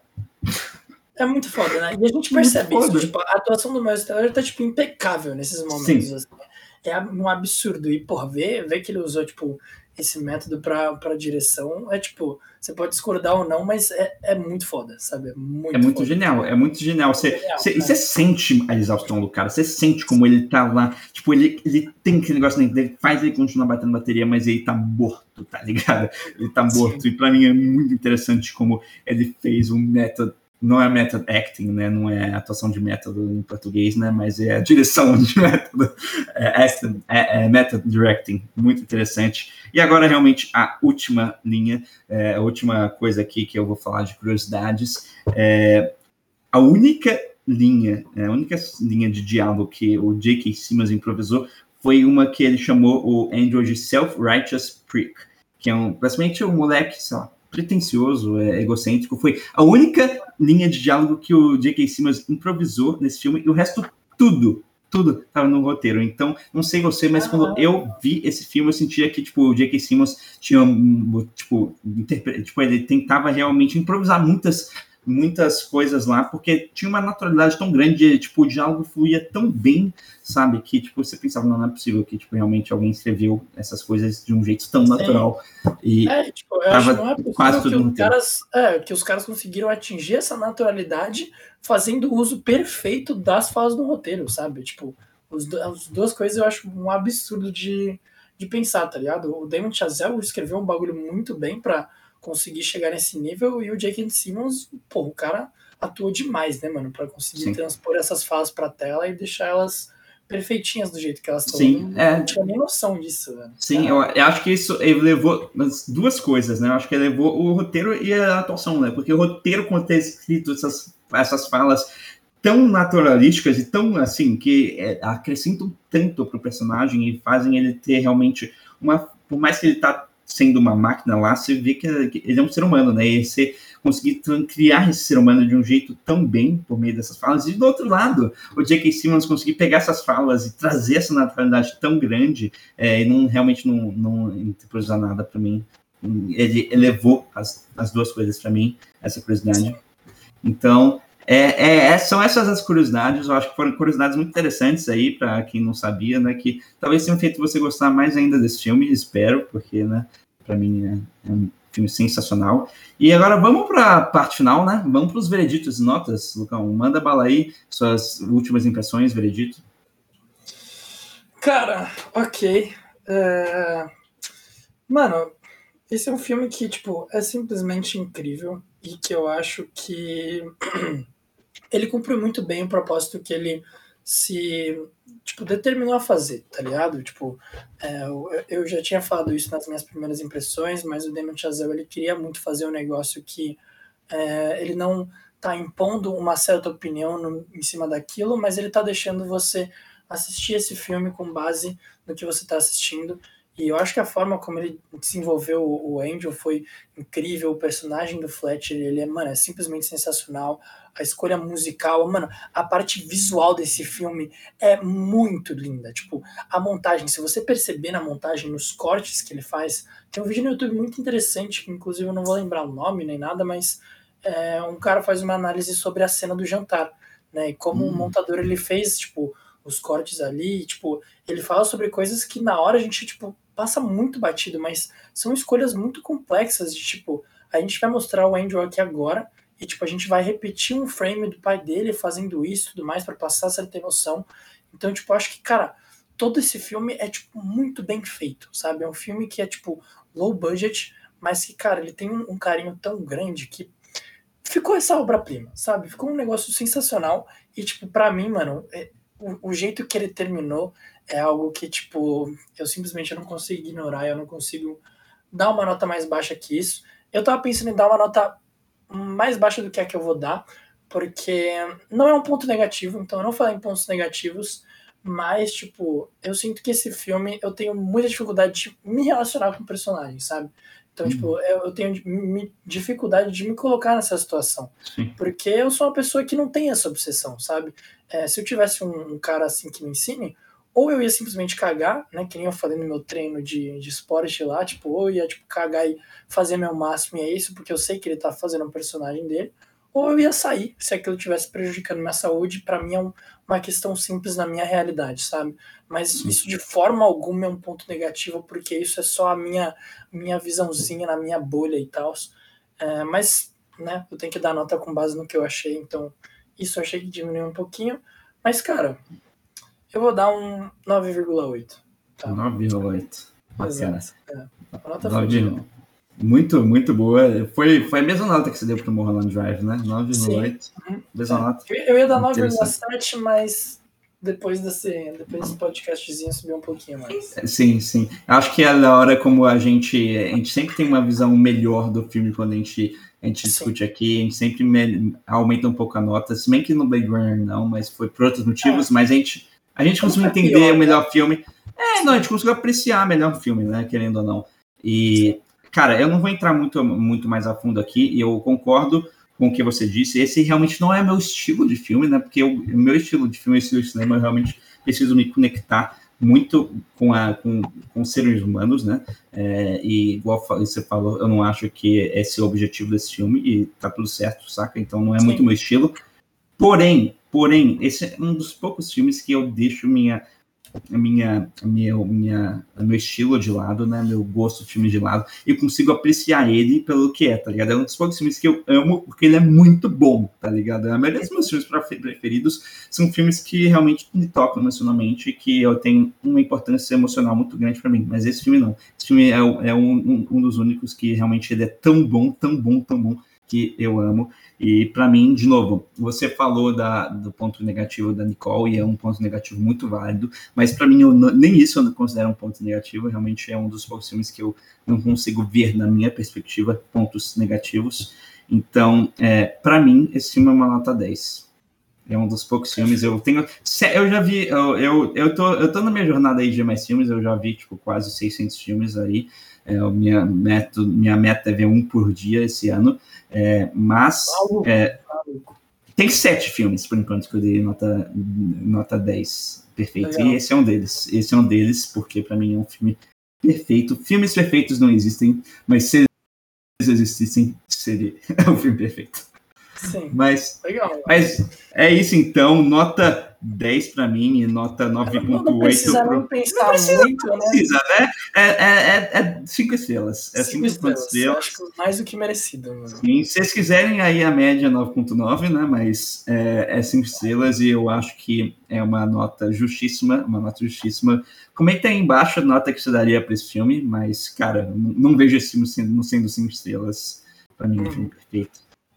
É muito foda, né? E a gente percebe isso, tipo, a atuação do Miles Teller tá, tipo, impecável nesses momentos. Assim. É um absurdo. E, por ver, ver que ele usou, tipo, esse método pra, pra direção, é, tipo, você pode discordar ou não, mas é, é muito foda, sabe? É muito, é muito foda. genial, é muito genial. Você, genial, você, e você sente a exaustão do cara, você sente como ele tá lá, tipo, ele, ele tem aquele negócio dele, faz ele continuar batendo bateria, mas ele tá morto, tá ligado? Ele tá morto. Sim. E pra mim é muito interessante como ele fez um método. Não é method acting, né? Não é atuação de método em português, né? Mas é a direção de método, é, é, é method directing, muito interessante. E agora, realmente, a última linha, é, a última coisa aqui que eu vou falar de curiosidades, é a única linha, a única linha de diálogo que o J K. Simmons improvisou foi uma que ele chamou o Andrew de self-righteous prick, que é um, basicamente um moleque, sei lá, pretencioso, é, egocêntrico. Foi a única linha de diálogo que o J K. Simmons improvisou nesse filme, e o resto, tudo, tudo estava no roteiro. Então, não sei você, mas quando eu vi esse filme, eu sentia que, tipo, o J K. Simmons tinha, tipo, interpre... tipo, ele tentava realmente improvisar muitas, muitas coisas lá, porque tinha uma naturalidade tão grande, tipo, o diálogo fluía tão bem, sabe, que, tipo, você pensava, não, não é possível que, tipo, realmente alguém escreveu essas coisas de um jeito tão Sim. natural. E é, tipo, eu acho que não é possível que os, caras, é, que os caras conseguiram atingir essa naturalidade fazendo uso perfeito das falas do roteiro, sabe? Tipo, os, as duas coisas eu acho um absurdo de, de pensar, tá ligado? O Damien Chazelle escreveu um bagulho muito bem pra conseguir chegar nesse nível, e o J K. Simmons, pô, o cara atuou demais, né, mano? Pra conseguir Sim. transpor essas falas pra tela e deixar elas perfeitinhas do jeito que elas estão. Sim, não, é. não tinha nem noção disso, velho. Sim, eu, eu acho que isso ele levou as duas coisas, né? Eu acho que ele levou o roteiro e a atuação, né? Porque o roteiro, quando ter escrito essas, essas falas tão naturalísticas e tão, assim, que é, acrescentam tanto pro personagem e fazem ele ter realmente uma... Por mais que ele tá sendo uma máquina lá, você vê que ele é um ser humano, né? E você conseguir criar esse ser humano de um jeito tão bem por meio dessas falas. E do outro lado, o J K. Simmons conseguir pegar essas falas e trazer essa naturalidade tão grande, é, e não, realmente não, não improvisar nada para mim. Ele elevou as, as duas coisas para mim, essa curiosidade. Então, é, é, são essas as curiosidades. Eu acho que foram curiosidades muito interessantes aí, para quem não sabia, né? Que talvez tenham feito você gostar mais ainda desse filme, espero, porque, né, para mim é, é um filme sensacional. E agora vamos para a parte final, né? Vamos para os vereditos e notas, Lucão. Manda bala aí, suas últimas impressões, veredito. Cara, ok. É... Mano, esse é um filme que, tipo, é simplesmente incrível e que eu acho que ele cumpriu muito bem o propósito que ele se, tipo, determinou a fazer, tá ligado? Tipo, é, eu já tinha falado isso nas minhas primeiras impressões, mas o Damien Chazelle, ele queria muito fazer um negócio que é, ele não, tá impondo uma certa opinião no, em cima daquilo, mas ele tá deixando você assistir esse filme com base no que você tá assistindo. E eu acho que a forma como ele desenvolveu o Angel foi incrível. O personagem do Fletcher, ele é, mano, é simplesmente sensacional. A escolha musical, mano, a parte visual desse filme é muito linda. Tipo, a montagem, se você perceber na montagem, nos cortes que ele faz, tem um vídeo no YouTube muito interessante, que inclusive eu não vou lembrar o nome nem nada, mas é, um cara faz uma análise sobre a cena do jantar, né? E como hum. o montador ele fez, tipo, os cortes ali, tipo, ele fala sobre coisas que na hora a gente, tipo, passa muito batido, mas são escolhas muito complexas de, tipo, a gente vai mostrar o Andrew aqui agora e, tipo, a gente vai repetir um frame do pai dele fazendo isso e tudo mais pra passar certa emoção. Então, tipo, eu acho que, cara, todo esse filme é, tipo, muito bem feito, sabe? É um filme que é, tipo, low budget, mas que, cara, ele tem um, um carinho tão grande que ficou essa obra-prima, sabe? Ficou um negócio sensacional e, tipo, pra mim, mano, é, o, o jeito que ele terminou é algo que, tipo, eu simplesmente não consigo ignorar, eu não consigo dar uma nota mais baixa que isso. Eu tava pensando em dar uma nota mais baixa do que a que eu vou dar, porque não é um ponto negativo, então eu não falei em pontos negativos, mas, tipo, eu sinto que esse filme, eu tenho muita dificuldade de me relacionar com o personagem, sabe? Então, uhum. tipo, eu, eu tenho me, dificuldade de me colocar nessa situação, Sim. porque eu sou uma pessoa que não tem essa obsessão, sabe? É, se eu tivesse um, um cara assim que me ensine, ou eu ia simplesmente cagar, né, que nem eu falei no meu treino de, de esporte lá, tipo, ou eu ia tipo, cagar e fazer meu máximo e é isso, porque eu sei que ele tá fazendo um personagem dele, ou eu ia sair se aquilo estivesse prejudicando minha saúde. Pra mim é um, uma questão simples na minha realidade, sabe? Mas isso de forma alguma é um ponto negativo, porque isso é só a minha, minha visãozinha na minha bolha e tal. É, mas, né, eu tenho que dar nota com base no que eu achei, então isso eu achei que diminuiu um pouquinho. Mas, cara, eu vou dar um nove vírgula oito. Tá? nove vírgula oito. Exato. É. A nota nove, foi muito, muito boa. Foi, foi a mesma nota que você deu para o Mulholland Drive, né? nove vírgula oito. Uhum. Mesma é. nota. Eu ia dar nove vírgula sete, mas depois desse, depois desse podcastzinho subiu um pouquinho mais. Sim, sim. Acho que é da hora como a gente, a gente sempre tem uma visão melhor do filme quando a gente, a gente discute aqui, a gente sempre me, aumenta um pouco a nota, se bem que no Blade Runner não, mas foi por outros motivos, é. mas a gente, a gente conseguiu entender pior, o melhor né? filme. É, não, a gente conseguiu apreciar melhor o filme, né, querendo ou não. E, sim. cara, eu não vou entrar muito, muito mais a fundo aqui, e eu concordo com o que você disse. Esse realmente não é meu estilo de filme, né, porque o meu estilo de filme, estilo de cinema, eu realmente preciso me conectar muito com, a, com, com seres humanos, né, é, e igual você falou, eu não acho que esse é o objetivo desse filme, e tá tudo certo, saca? Então não é sim. muito meu estilo. Porém, porém, esse é um dos poucos filmes que eu deixo minha... minha, minha, minha, meu estilo de lado, né, meu gosto de filme de lado, e consigo apreciar ele pelo que é, tá ligado? É um dos poucos filmes que eu amo, porque ele é muito bom, tá ligado? A maioria dos meus filmes preferidos são filmes que realmente me tocam emocionalmente e que eu tenho uma importância emocional muito grande pra mim, mas esse filme não. Esse filme é, é um, um, um dos únicos que realmente ele é tão bom, tão bom, tão bom, que eu amo. E para mim, de novo, você falou da, do ponto negativo da Nicole, e é um ponto negativo muito válido, mas para mim, eu não, nem isso eu não considero um ponto negativo, realmente é um dos poucos filmes que eu não consigo ver, na minha perspectiva, pontos negativos. Então, é, para mim, esse filme é uma nota dez. É um dos poucos filmes, eu tenho... Eu já vi, eu, eu, eu, tô, eu tô na minha jornada aí de mais filmes, eu já vi, tipo, quase seiscentos filmes aí. É, minha, meta, minha meta é ver um por dia esse ano, é, mas é, tem sete filmes, por enquanto, que eu dei nota, nota dez, perfeito. Legal. E esse é um deles, esse é um deles, porque para mim é um filme perfeito. Filmes perfeitos não existem, mas se eles existissem, seria um filme perfeito. Sim. Mas, Legal. mas é isso então, nota dez para mim e nota nove vírgula oito. Não precisa pro... não pensar não precisa, muito, não né? Precisa, né? É, é, é cinco estrelas. É cinco estrelas. estrelas. Acho que mais do que merecido. Mano. Sim, se vocês quiserem aí a média nove vírgula nove, né? Mas é, é cinco estrelas e eu acho que é uma nota justíssima, uma nota justíssima. Comenta aí embaixo a nota que você daria para esse filme, mas, cara, não vejo esse filme sendo, sendo cinco estrelas. Para mim é um filme perfeito.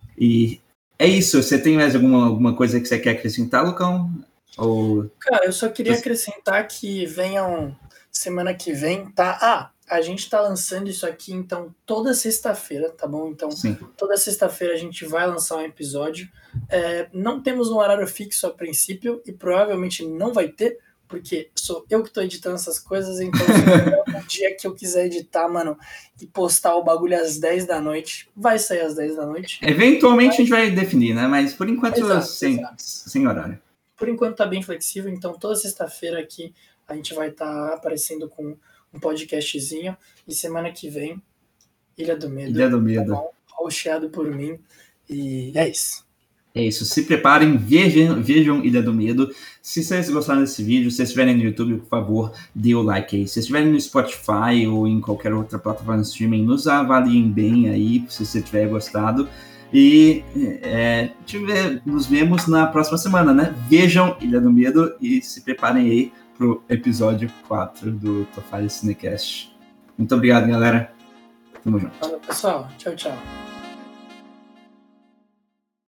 E é isso. Você tem mais alguma, alguma coisa que você quer acrescentar, Lucão? Ou... Cara, eu só queria acrescentar que venham semana que vem, tá? Ah, a gente tá lançando isso aqui, então, toda sexta-feira, tá bom? Então, Sim. toda sexta-feira a gente vai lançar um episódio. É, não temos um horário fixo a princípio e provavelmente não vai ter, porque sou eu que tô editando essas coisas, então se um dia que eu quiser editar, mano, e postar o bagulho às dez da noite, vai sair às dez da noite. Eventualmente Mas... a gente vai definir, né? Mas por enquanto exato, sem, exato. sem horário. Por enquanto tá bem flexível, então toda sexta-feira aqui a gente vai estar tá aparecendo com um podcastzinho e semana que vem, Ilha do Medo. Ilha do Medo. Tá bom? Rocheado por mim. E é isso. É isso. Se preparem, vejam, vejam Ilha do Medo. Se vocês gostaram desse vídeo, se vocês estiverem no YouTube, por favor, dê o like aí. Se vocês estiverem no Spotify ou em qualquer outra plataforma de streaming, nos avaliem bem aí, se você tiver gostado. E é, tiver, nos vemos na próxima semana, né? Vejam Ilha do Medo e se preparem aí pro episódio quatro do Tofale Cinecast. Muito obrigado, galera. Tamo junto. Valeu, pessoal. Tchau, tchau.